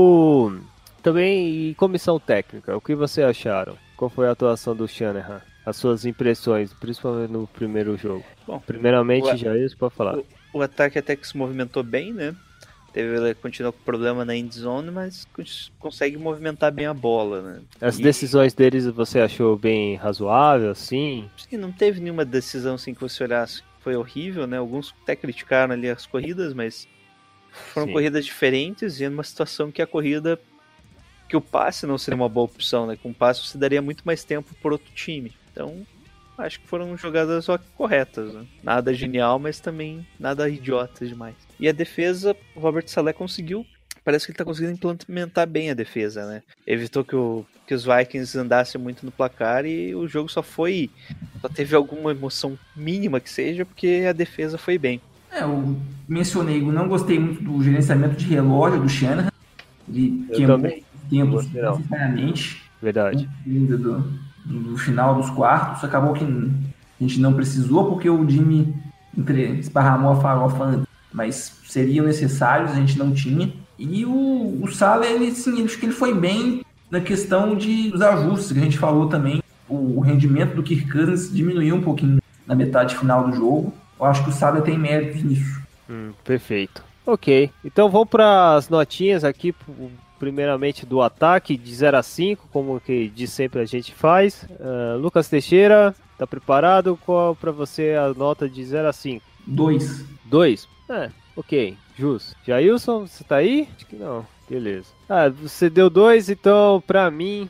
E comissão técnica, o que vocês acharam? Qual foi a atuação do Shanahan? As suas impressões, principalmente no primeiro jogo. Bom, primeiramente, Jailson, pode falar. O ataque até que se movimentou bem, né? Continuou com problema na end zone, mas consegue movimentar bem a bola, né? As decisões deles você achou bem razoável, assim? Sim, não teve nenhuma decisão assim que você olhasse foi horrível, né? Alguns até criticaram ali as corridas, mas foram corridas diferentes e numa situação que que o passe não seria uma boa opção, né? Com o passe você daria muito mais tempo por outro time. Então, acho que foram jogadas só corretas, né? Nada genial, mas também nada idiota demais. E a defesa, o Robert Saleh parece que ele tá conseguindo implementar bem a defesa, né? Evitou que os Vikings andassem muito no placar e o jogo só teve alguma emoção mínima que seja, porque a defesa foi bem. Eu mencionei, eu não gostei muito do gerenciamento de relógio do Shanahan. Ele queimou tempo necessariamente. Verdade. No final dos quartos, acabou que a gente não precisou porque o Jimmy esparramou a farofa antes, mas seriam necessários, a gente não tinha. E o Saleh, acho que ele foi bem na questão dos ajustes que a gente falou também. O rendimento do Kirk Cousins diminuiu um pouquinho na metade final do jogo. Eu acho que o Salah tem méritos nisso. Perfeito. Ok, então vamos para as notinhas aqui, primeiramente do ataque, de 0 a 5, como que de sempre a gente faz. Lucas Teixeira, tá preparado? Qual para você a nota de 0 a 5? 2. 2? Ok, justo. Jailson, você tá aí? Acho que não, beleza. Você deu 2, então para mim,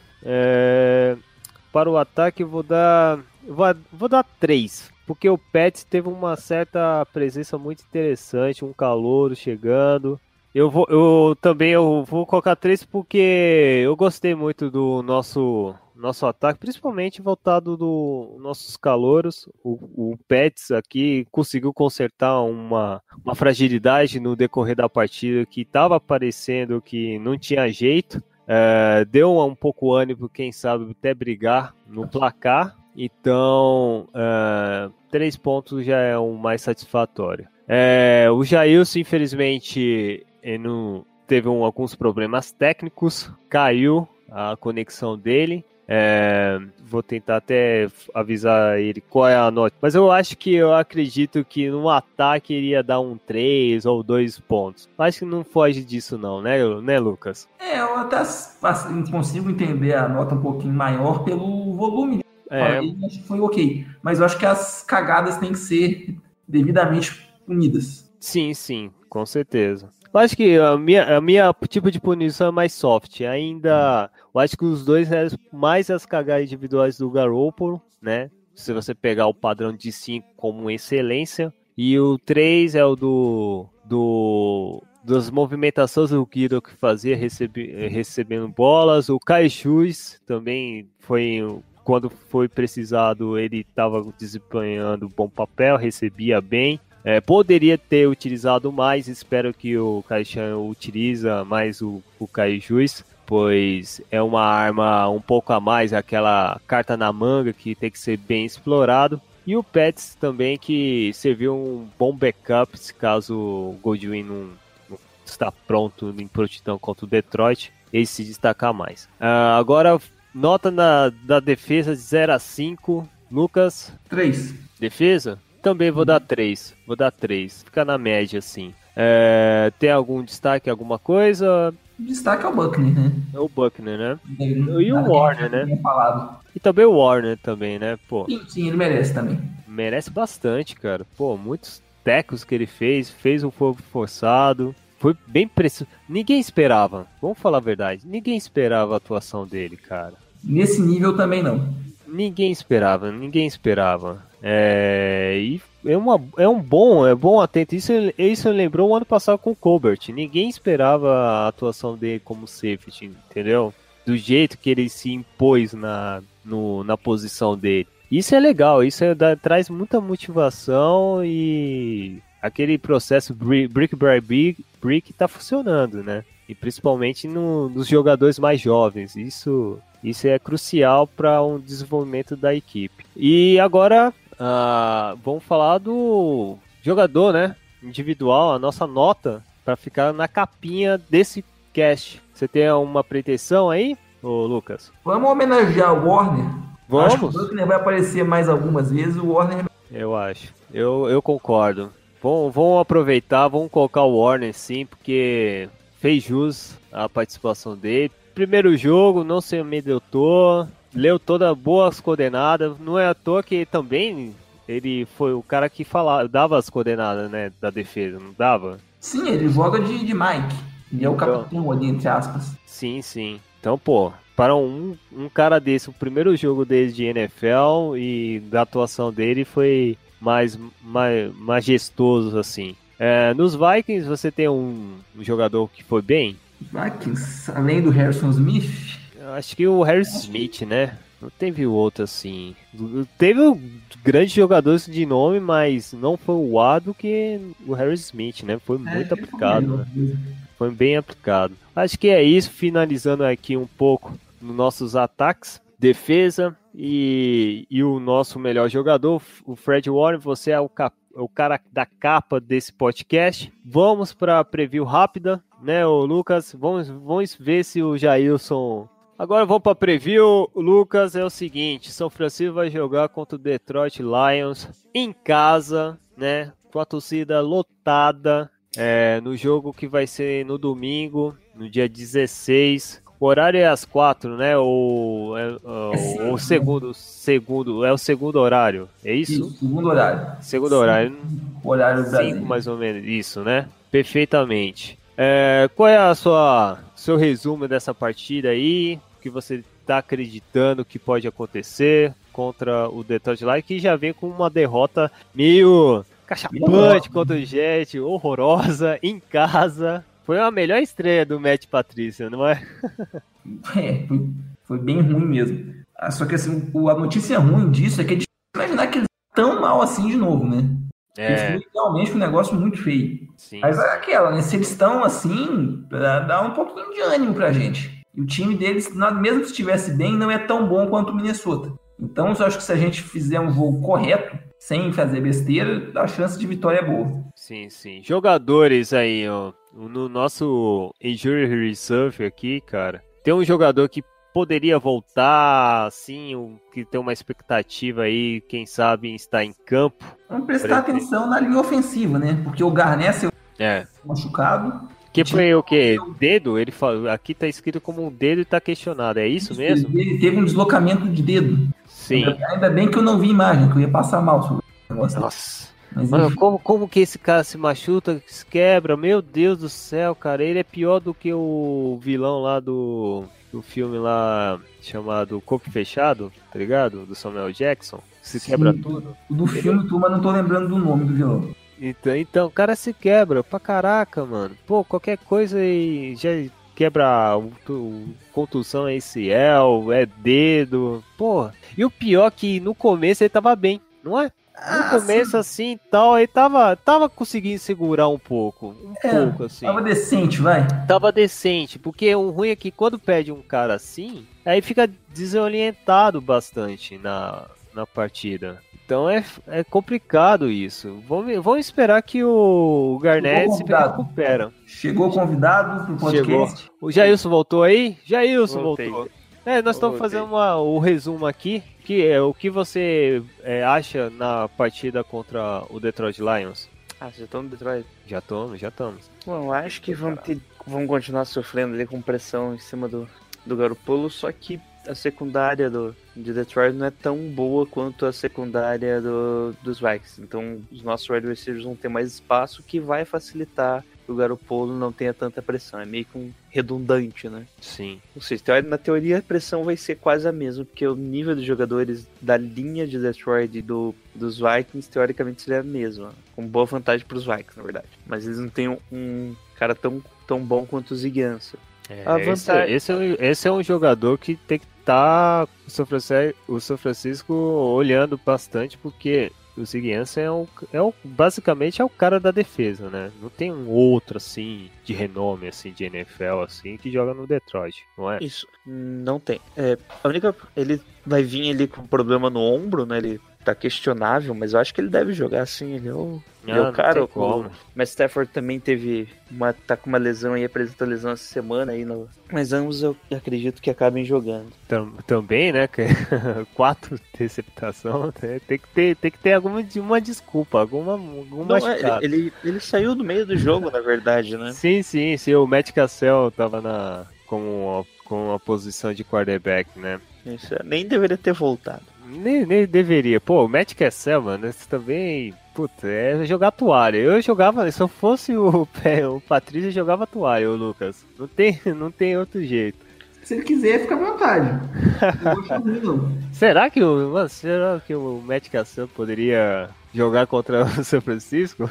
para o ataque eu vou dar 3. Porque o Pets teve uma certa presença muito interessante, um calouro chegando. Eu vou colocar 3 porque eu gostei muito do nosso ataque, principalmente voltado dos nossos calouros. O Pets aqui conseguiu consertar uma fragilidade no decorrer da partida que estava parecendo que não tinha jeito. Deu um pouco ânimo, quem sabe, até brigar no placar. Então, 3 pontos já é o mais satisfatório. O Jailson, infelizmente, teve alguns problemas técnicos, caiu a conexão dele. Vou tentar até avisar ele qual é a nota. Mas eu acredito que no ataque iria dar 3 ou 2 pontos. Acho que não foge disso não, né, Lucas? Eu até consigo entender a nota um pouquinho maior pelo volume. Acho que foi ok. Mas eu acho que as cagadas têm que ser devidamente punidas. Sim, com certeza. Eu acho que a minha tipo de punição é mais soft. Ainda, eu acho que os dois é mais as cagadas individuais do Garoppolo, né? Se você pegar o padrão de 5 como excelência. E o 3 é o das movimentações do Guido que fazia recebendo bolas. O Kai Juiz também foi... Quando foi precisado, ele estava desempenhando bom papel, recebia bem. Poderia ter utilizado mais, espero que o Caixão utiliza mais o Kai Juiz, pois é uma arma um pouco a mais, aquela carta na manga que tem que ser bem explorado. E o Pets também, que serviu um bom backup, se caso o Goldwyn não está pronto em prontidão contra o Detroit, ele se destacar mais. Agora... Nota da defesa de 0 a 5. Lucas? 3. Defesa? Também vou dar 3. Fica na média, assim. Tem algum destaque, alguma coisa? O destaque é o Buckner, né? É o Buckner, né? E o Warner, né? E também o Warner também, né? Pô. Sim, ele merece também. Merece bastante, cara. Pô, muitos tecos que ele fez um fogo forçado. Foi bem preciso. Ninguém esperava. Vamos falar a verdade. Ninguém esperava a atuação dele, cara. Nesse nível também não. Ninguém esperava. E é bom atento. Isso lembrou o ano passado com o Colbert. Ninguém esperava a atuação dele como safety, entendeu? Do jeito que ele se impôs na posição dele. Isso é legal, traz muita motivação e aquele processo brick by brick tá funcionando, né? E principalmente nos jogadores mais jovens. Isso é crucial para um desenvolvimento da equipe. E agora vamos falar do jogador, né? Individual, a nossa nota para ficar na capinha desse cast. Você tem uma pretensão aí, ô Lucas? Vamos homenagear o Warner? Vamos. Acho que o Buckner vai aparecer mais algumas vezes, o Warner... Eu acho. Eu concordo. Vamos aproveitar, vamos colocar o Warner sim, porque fez jus à participação dele. Primeiro jogo, não se amedrontou, leu todas boas coordenadas. Não é à toa que também ele foi o cara que dava as coordenadas, né, da defesa, não dava? Sim, ele joga de Mike. Ele é o capitão ali, entre aspas. Sim. Então, pô, para um cara desse, o primeiro jogo dele de NFL e da atuação dele foi mais majestoso, assim. Nos Vikings, você tem um jogador que foi bem? Vikings, além do Harrison Smith? Eu acho que o Harrison Smith, né? Não teve outro, assim. Teve grandes jogadores de nome, mas não foi o A do que o Harrison Smith, né? Foi muito aplicado, né? Foi bem aplicado. Acho que é isso, finalizando aqui um pouco nos nossos ataques, defesa e o nosso melhor jogador, o Fred Warner. Você é o cara da capa desse podcast. Vamos para a preview rápida, né, o Lucas? Vamos ver se o Jailson Agora vamos para preview. Lucas, é o seguinte, São Francisco vai jogar contra o Detroit Lions em casa, né? Com a torcida lotada, no jogo que vai ser no domingo, no dia 16. O horário é às 4, né? O segundo horário, é isso? Isso, segundo horário. Segundo horário. Horário do Brasil. 5 mais ou menos, isso, né? Perfeitamente. Qual é seu resumo dessa partida aí? O que você tá acreditando que pode acontecer contra o Detroit Lions, que já vem com uma derrota meio cachapante contra o Jet, horrorosa, em casa. Foi a melhor estreia do Matt Patricia, não é? Foi bem ruim mesmo. Só que assim, a notícia ruim disso é que é difícil imaginar que eles estão tão mal assim de novo, né? Foi realmente um negócio muito feio. Sim. Mas é aquela, né? Se eles estão assim, dá um pouquinho de ânimo pra gente. E o time deles, mesmo que estivesse bem, não é tão bom quanto o Minnesota. Então, eu acho que se a gente fizer um jogo correto, sem fazer besteira, a chance de vitória é boa. Sim. Jogadores aí, ó. No nosso Injury Reserve aqui, cara, tem um jogador que poderia voltar, assim, que tem uma expectativa aí, quem sabe, em estar em campo. Vamos prestar atenção na linha ofensiva, né? Porque o Garnett machucado. Que foi o quê? Dedo? Ele falou, aqui tá escrito como um dedo e tá questionado, é isso mesmo? Ele teve um deslocamento de dedo. Sim. Ainda bem que eu não vi imagem, que eu ia passar mal sobre o negócio. Nossa. Mas, mano, como que esse cara se machuca, se quebra? Meu Deus do céu, cara. Ele é pior do que o vilão lá do filme lá chamado Corpo Fechado, tá ligado? Do Samuel Jackson. Se quebra tudo. Do filme, mas não tô lembrando do nome do vilão. Então, o cara se quebra pra caraca, mano. Pô, qualquer coisa aí já quebra contusão é ACL, é dedo. Pô, e o pior é que no começo ele tava bem, não é? No começo, sim. Assim e tal, ele tava conseguindo segurar um pouco. Pouco, assim. Tava decente, vai. Tava decente, porque o ruim é que quando perde um cara assim, aí fica desorientado bastante na partida. Então é complicado isso. Vamos esperar que o Garnett se recupera. Chegou convidado pro podcast. Chegou. O Jailson voltou aí? Jailson voltou. Nós estamos fazendo o resumo aqui. O que você acha na partida contra o Detroit Lions? Vocês já estão no Detroit? Já estamos. Bom, eu acho que vão continuar sofrendo ali com pressão em cima do Garoppolo, só que a secundária de Detroit não é tão boa quanto a secundária dos Vikings. Então, os nossos wide receivers vão ter mais espaço, que vai facilitar que o Garoppolo não tenha tanta pressão. É meio que um redundante, né? Sim. Ou seja, na teoria a pressão vai ser quase a mesma, porque o nível de jogadores da linha de Detroit e dos Vikings, teoricamente, seria a mesma. Com boa vantagem para os Vikings, na verdade. Mas eles não têm um cara tão bom quanto o Ziggy Ansah. Esse é um jogador que tem que estar o São Francisco olhando bastante, porque o Ziggy Ansah basicamente é o cara da defesa, né? Não tem um outro assim de renome assim de NFL assim que joga no Detroit, não é? Isso, não tem. Ele vai vir ali com problema no ombro, né? Ele tá questionável, mas eu acho que ele deve jogar assim. Ele é o cara. Mas Stafford também tá com uma lesão aí, apresentou lesão essa semana aí. Mas ambos eu acredito que acabem jogando. Também, né? 4 interceptação, tem que ter uma desculpa, alguma ele saiu do meio do jogo, na verdade, né? Sim. O Matt Cassell tava com uma posição de quarterback, né? Isso, nem deveria ter voltado. Nem deveria. Pô, o Matt Cassell, mano, isso também... Puta, é jogar toalha. Eu jogava... Se eu fosse o Patrício, eu jogava toalha, o Lucas. Não tem outro jeito. Se ele quiser, fica à vontade. Não vou achar ruim, não. Será que o Matt Cassell poderia jogar contra o São Francisco?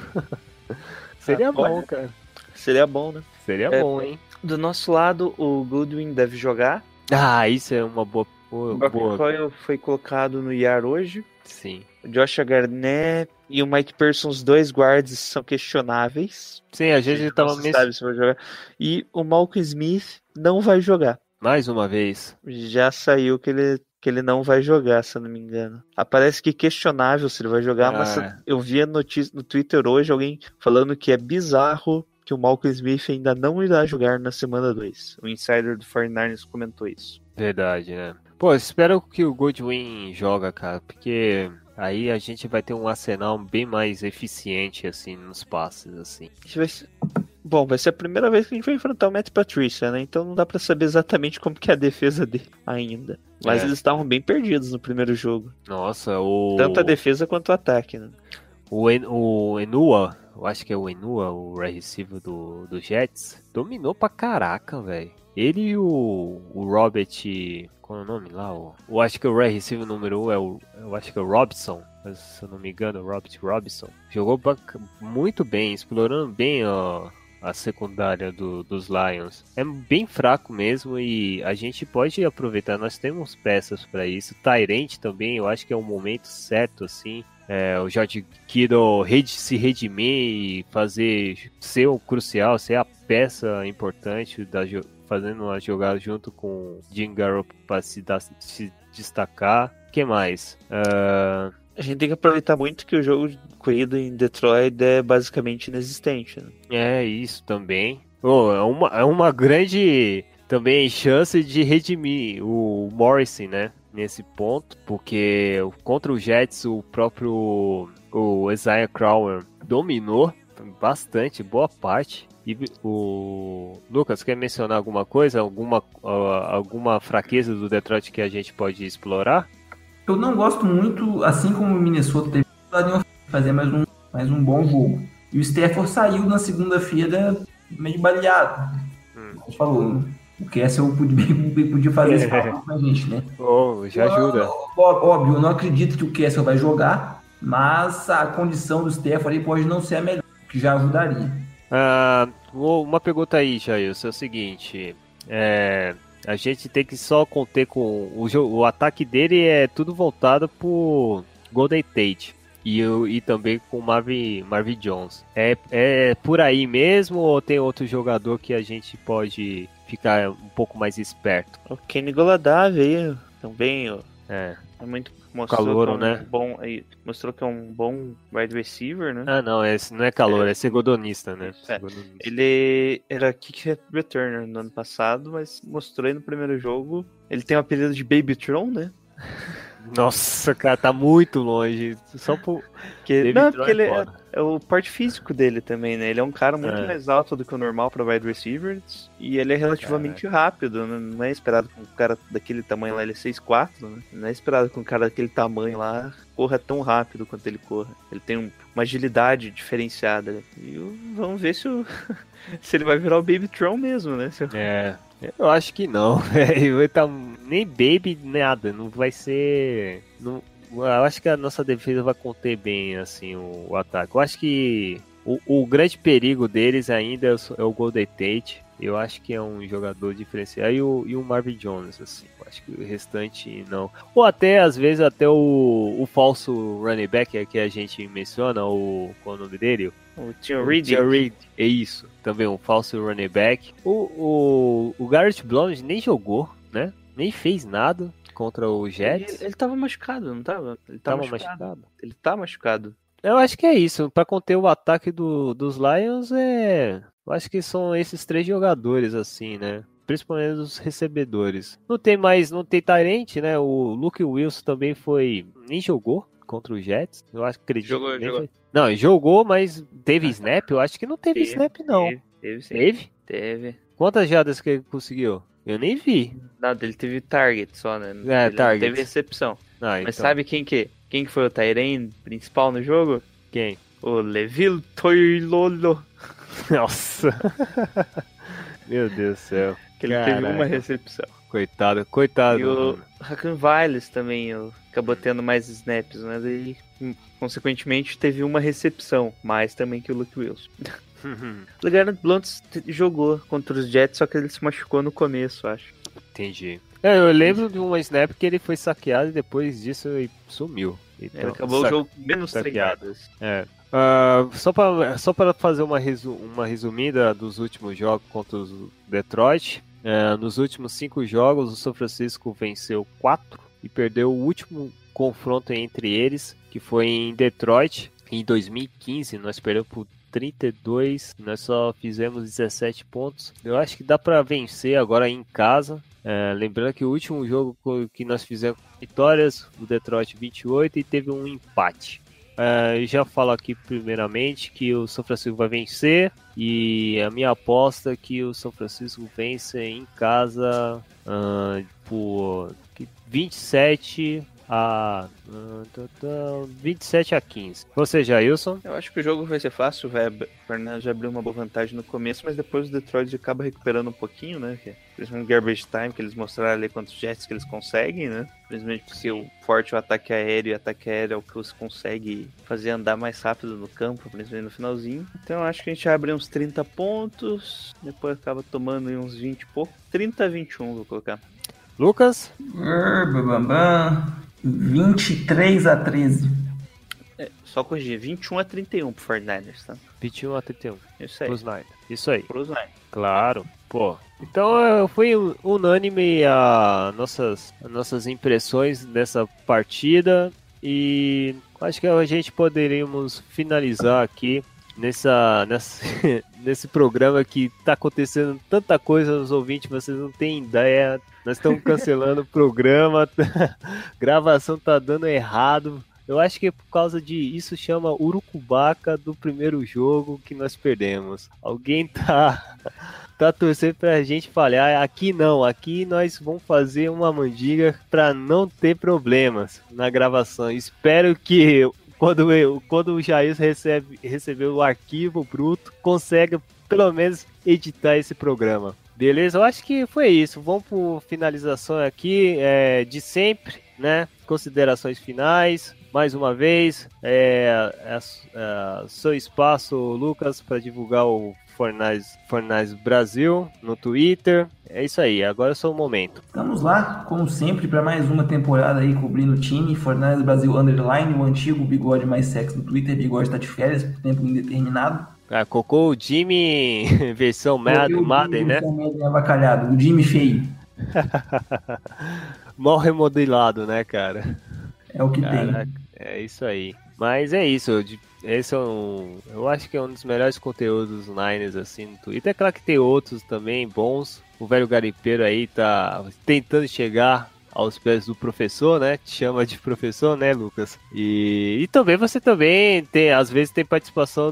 Seria bom, cara. Seria bom, né? Seria bom, hein? Do nosso lado, o Goodwin deve jogar. Isso é uma boa... O Brock Coyle foi colocado no IR hoje. Sim. O Josh Garnett e o Mike Pearson, os dois guards, são questionáveis. Sim, a gente tava sabe se vai jogar. E o Malcolm Smith não vai jogar. Mais uma vez. Já saiu que ele não vai jogar, se eu não me engano. Aparece que questionável se ele vai jogar, mas eu vi a notícia no Twitter hoje, alguém falando que é bizarro que o Malcolm Smith ainda não irá jogar na semana 2. O insider do 49ers comentou isso. Verdade, né? Pô, espero que o Goodwin joga, cara, porque aí a gente vai ter um arsenal bem mais eficiente, assim, nos passes, assim. Bom, vai ser a primeira vez que a gente vai enfrentar o Matt Patricia, né? Então não dá pra saber exatamente como que é a defesa dele ainda. Mas eles estavam bem perdidos no primeiro jogo. Nossa, Tanto a defesa quanto o ataque, né? O Enua, eu acho que é o Enua, o wide receiver do Jets, dominou pra caraca, velho. Ele e o Robert, qual é o nome lá? Eu acho que o wide receiver número 1 eu acho que é o Robson, se eu não me engano, o Robert Robinson. Jogou muito bem, explorando bem a secundária dos Lions. É bem fraco mesmo e a gente pode aproveitar, nós temos peças para isso. Tyrant também, eu acho que é o momento certo, assim. O George Kittle se redimir e ser o crucial, ser a peça importante, fazendo uma jogada junto com o Jim Garoppolo para se destacar. O que mais? A gente tem que aproveitar muito que o jogo de corrida em Detroit é basicamente inexistente, né? É, isso também. É uma grande também chance de redimir o Morrison, né? Nesse ponto, porque contra o Jets o Isaiah Crowell dominou bastante, boa parte. E o Lucas, quer mencionar alguma coisa? Alguma fraqueza do Detroit que a gente pode explorar? Eu não gosto muito, assim como o Minnesota teve que fazer mais um bom jogo. E o Stafford saiu na segunda-feira meio baleado. Como a gente falou, o Kessel podia fazer esse favor com a gente, né? Já ajuda. Óbvio, eu não acredito que o Kessel vai jogar, mas a condição do Stafford aí pode não ser a melhor, que já ajudaria. Uma pergunta aí, Jair, é o seguinte, a gente tem que só conter com o ataque dele é tudo voltado pro Golden Tate e também com o Marvin Jones. É por aí mesmo ou tem outro jogador que a gente pode ficar um pouco mais esperto? O Kenny Golladay veio também, É muito calouro, né? Mostrou que é um bom wide receiver, né? Não, esse não é calor, é segodonista, né? Ele era kick returner no ano passado, mas mostrou aí no primeiro jogo. Ele tem o apelido de Babytron, né? Nossa, cara, tá muito longe. Só porque ele é o porte físico dele também, né? Ele é um cara muito mais alto do que o normal para wide receivers. E ele é relativamente rápido, né? Não é esperado que um cara daquele tamanho lá, ele é 6'4", né? Não é esperado que um cara daquele tamanho lá corra tão rápido quanto ele corra. Ele tem uma agilidade diferenciada, né? E vamos ver se ele vai virar o Babytron mesmo, né? Eu acho que não, velho. Nem baby, nada. Não vai ser. Eu acho que a nossa defesa vai conter bem assim o ataque. Eu acho que o grande perigo deles ainda é o Golden Tate. Eu acho que é um jogador diferencial. E o Marvin Jones, assim. Eu acho que o restante não. Ou até, às vezes, até o falso running back que a gente menciona, qual é o nome dele? O Theo Reed. É isso. Também um falso running back. O Garrett Blount nem jogou, né? Nem fez nada contra o Jets. Ele tava machucado, não tava? Ele tava machucado. Ele tá machucado. Eu acho que é isso. Pra conter o ataque dos Lions, eu acho que são esses 3 jogadores, assim, né? Principalmente os recebedores. Não tem Tyrant, né? O Luke Wilson também nem jogou contra o Jets. Eu acho que acredito. Jogou. Não, jogou, mas teve snap? Eu acho que não teve snap, não. Teve sim. Teve? Quantas jardas que ele conseguiu? Eu nem vi. Nada, ele teve target só, né? Ele target. Teve recepção. Mas então. Sabe quem que foi o Tyrant principal no jogo? Quem? O Levil Toilolo. Nossa. Meu Deus do céu. Que ele teve uma recepção. Coitado. E o Hakan Viles também acabou tendo mais snaps, mas aí, consequentemente, teve uma recepção, mais também que o Luke Wilson. O Garrett Blount jogou contra os Jets, só que ele se machucou no começo, acho. Entendi. Eu lembro de uma snap que ele foi saqueado e depois disso ele sumiu. Então, acabou o jogo menos saqueadas. Só para fazer uma resumida dos últimos jogos contra os Detroit. Nos últimos 5 jogos, o São Francisco venceu 4 e perdeu o último confronto entre eles, que foi em Detroit, em 2015. Nós perdemos por 32, nós só fizemos 17 pontos. Eu acho que dá para vencer agora em casa. Lembrando que o último jogo que nós fizemos vitórias, o Detroit 28, e teve um empate. Eu já falo aqui primeiramente que o São Francisco vai vencer, e a minha aposta é que o São Francisco vence em casa por 27 a 15. Você, Jailson? Eu acho que o jogo vai ser fácil. O Fernandes já abriu uma boa vantagem no começo, mas depois o Detroit acaba recuperando um pouquinho, né? Principalmente garbage time, que eles mostraram ali quantos jets que eles conseguem, né? Principalmente porque o forte é o ataque aéreo, e o ataque aéreo é o que você consegue fazer andar mais rápido no campo, principalmente no finalzinho. Então eu acho que a gente abre uns 30 pontos, depois acaba tomando uns 20 e pouco. 30-21 vou colocar. Lucas? 23-13. Só corrigir, 21-31 pro 49ers, tá? 21-31. Isso aí. Pros Niners. Isso aí. Pros Niners. Claro. Pô. Então foi unânime nossas impressões dessa partida. E acho que a gente poderíamos finalizar aqui nesse programa que tá acontecendo tanta coisa nos ouvintes, vocês não têm ideia. Nós estamos cancelando o programa, gravação tá dando errado. Eu acho que é por causa de isso chama urucubaca do primeiro jogo que nós perdemos. Alguém tá torcendo pra gente falhar. Aqui não, aqui nós vamos fazer uma mandiga pra não ter problemas na gravação. Espero que quando o Jair receber o arquivo bruto, consiga pelo menos editar esse programa. Beleza? Eu acho que foi isso. Vamos por finalização aqui de sempre, né? Considerações finais. Mais uma vez, seu espaço, Lucas, para divulgar o Fornais Brasil no Twitter. É isso aí, agora é o seu momento. Estamos lá, como sempre, para mais uma temporada aí cobrindo o time Fornais Brasil Underline, o antigo Bigode Mais Sexy no Twitter. Bigode tá de férias por tempo indeterminado. Colocou o Jimmy versão Madden, né? Avacalhado, o Jimmy feio. Mal remodelado, né, cara? É o que tem. É isso aí. Mas é isso. Esse eu acho que é um dos melhores conteúdos dos Niners assim no Twitter. É claro que tem outros também bons. O velho garimpeiro aí tá tentando chegar aos pés do professor, né? Te chama de professor, né, Lucas? E também você também tem, às vezes, tem participação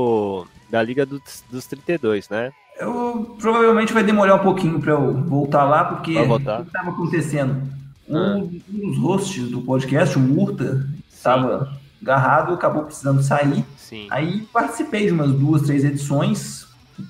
da Liga dos 32, né? Eu provavelmente vai demorar um pouquinho para eu voltar lá, porque o que estava acontecendo? Um dos hosts do podcast, o Murta, estava agarrado, acabou precisando sair. Sim. Aí participei de umas 2-3 edições.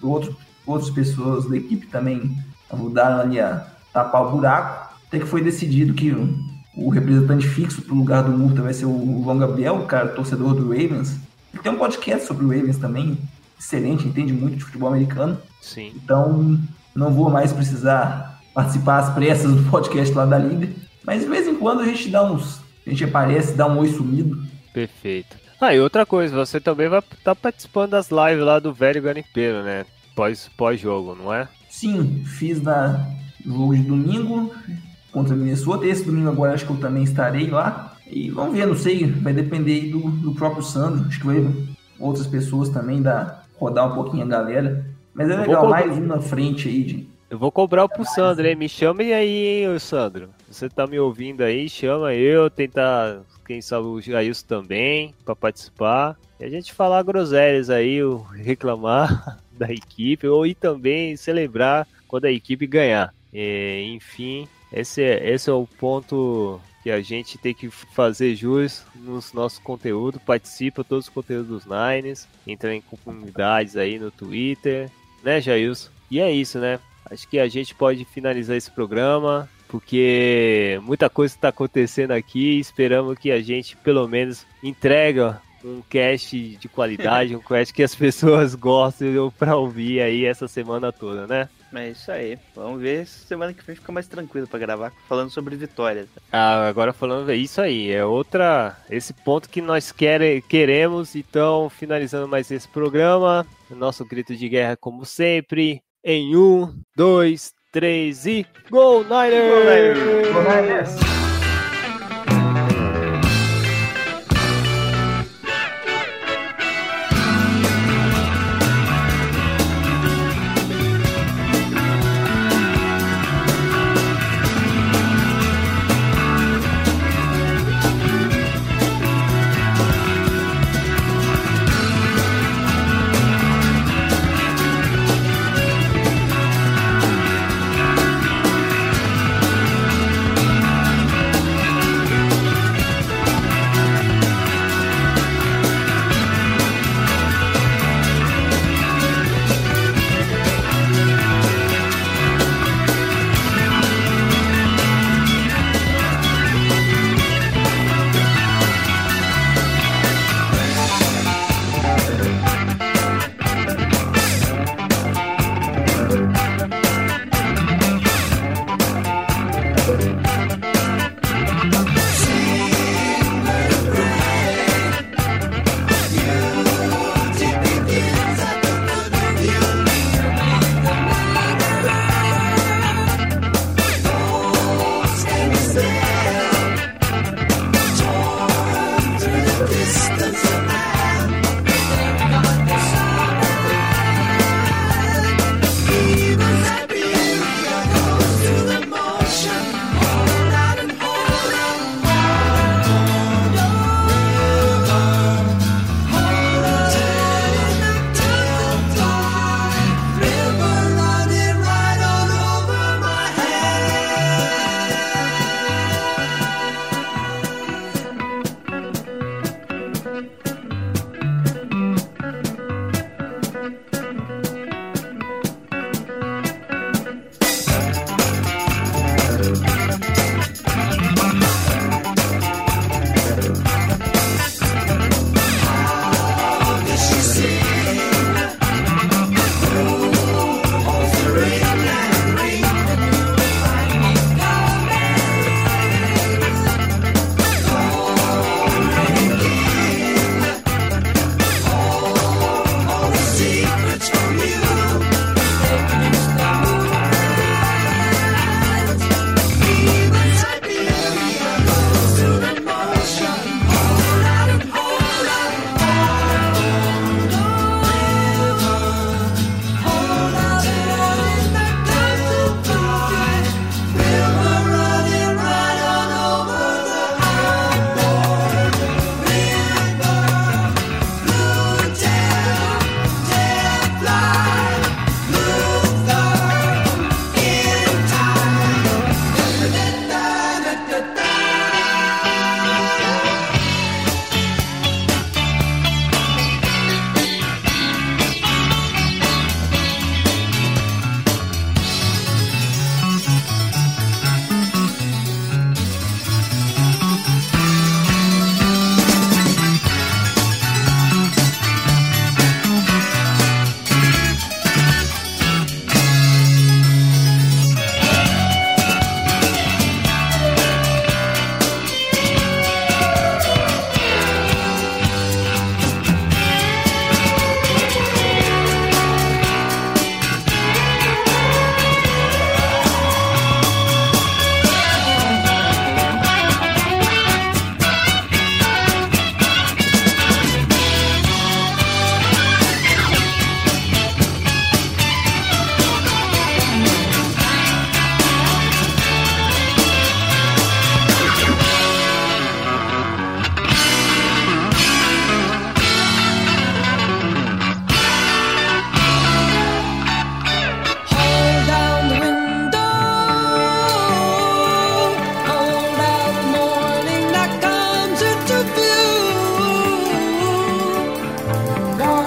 Outras pessoas da equipe também ajudaram ali a tapar o buraco. Até que foi decidido que o representante fixo pro lugar do Murta vai ser o João Gabriel, o cara torcedor do Ravens. Ele tem um podcast sobre o Ravens também, excelente, entende muito de futebol americano. Sim. Então não vou mais precisar participar às pressas do podcast lá da Liga. Mas de vez em quando a gente aparece, dá um oi sumido. Perfeito. E outra coisa, você também vai estar participando das lives lá do velho garimpeiro, né? Pós-jogo, não é? Sim, fiz no jogo de domingo contra o Minnesota. Esse domingo agora acho que eu também estarei lá. E vamos ver, não sei, vai depender aí do próprio Sandro. Acho que vai outras pessoas também rodar um pouquinho a galera. Mas é legal, mais um na frente aí Eu vou cobrar pro Sandro, hein? Me chame aí, hein, Sandro. Você tá me ouvindo aí, chama eu, tentar, quem sabe o Jailson também, pra participar. E a gente falar groselhas aí, reclamar da equipe, ou ir também celebrar quando a equipe ganhar. Enfim, esse é o ponto que a gente tem que fazer jus nos nossos conteúdos. Participa de todos os conteúdos dos Niners, entra em comunidades aí no Twitter, né, Jailson? E é isso, né? Acho que a gente pode finalizar esse programa, porque muita coisa está acontecendo aqui. Esperamos que a gente, pelo menos, entrega um cast de qualidade, um cast que as pessoas gostem para ouvir aí essa semana toda, né? É isso aí. Vamos ver se semana que vem fica mais tranquilo para gravar, falando sobre vitórias. Agora falando isso aí, esse ponto que nós queremos. Então, finalizando mais esse programa, nosso grito de guerra como sempre. Em 1, 2, 3 e... Go Niners! Go Niners! Go Niners!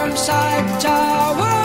Riverside Tower.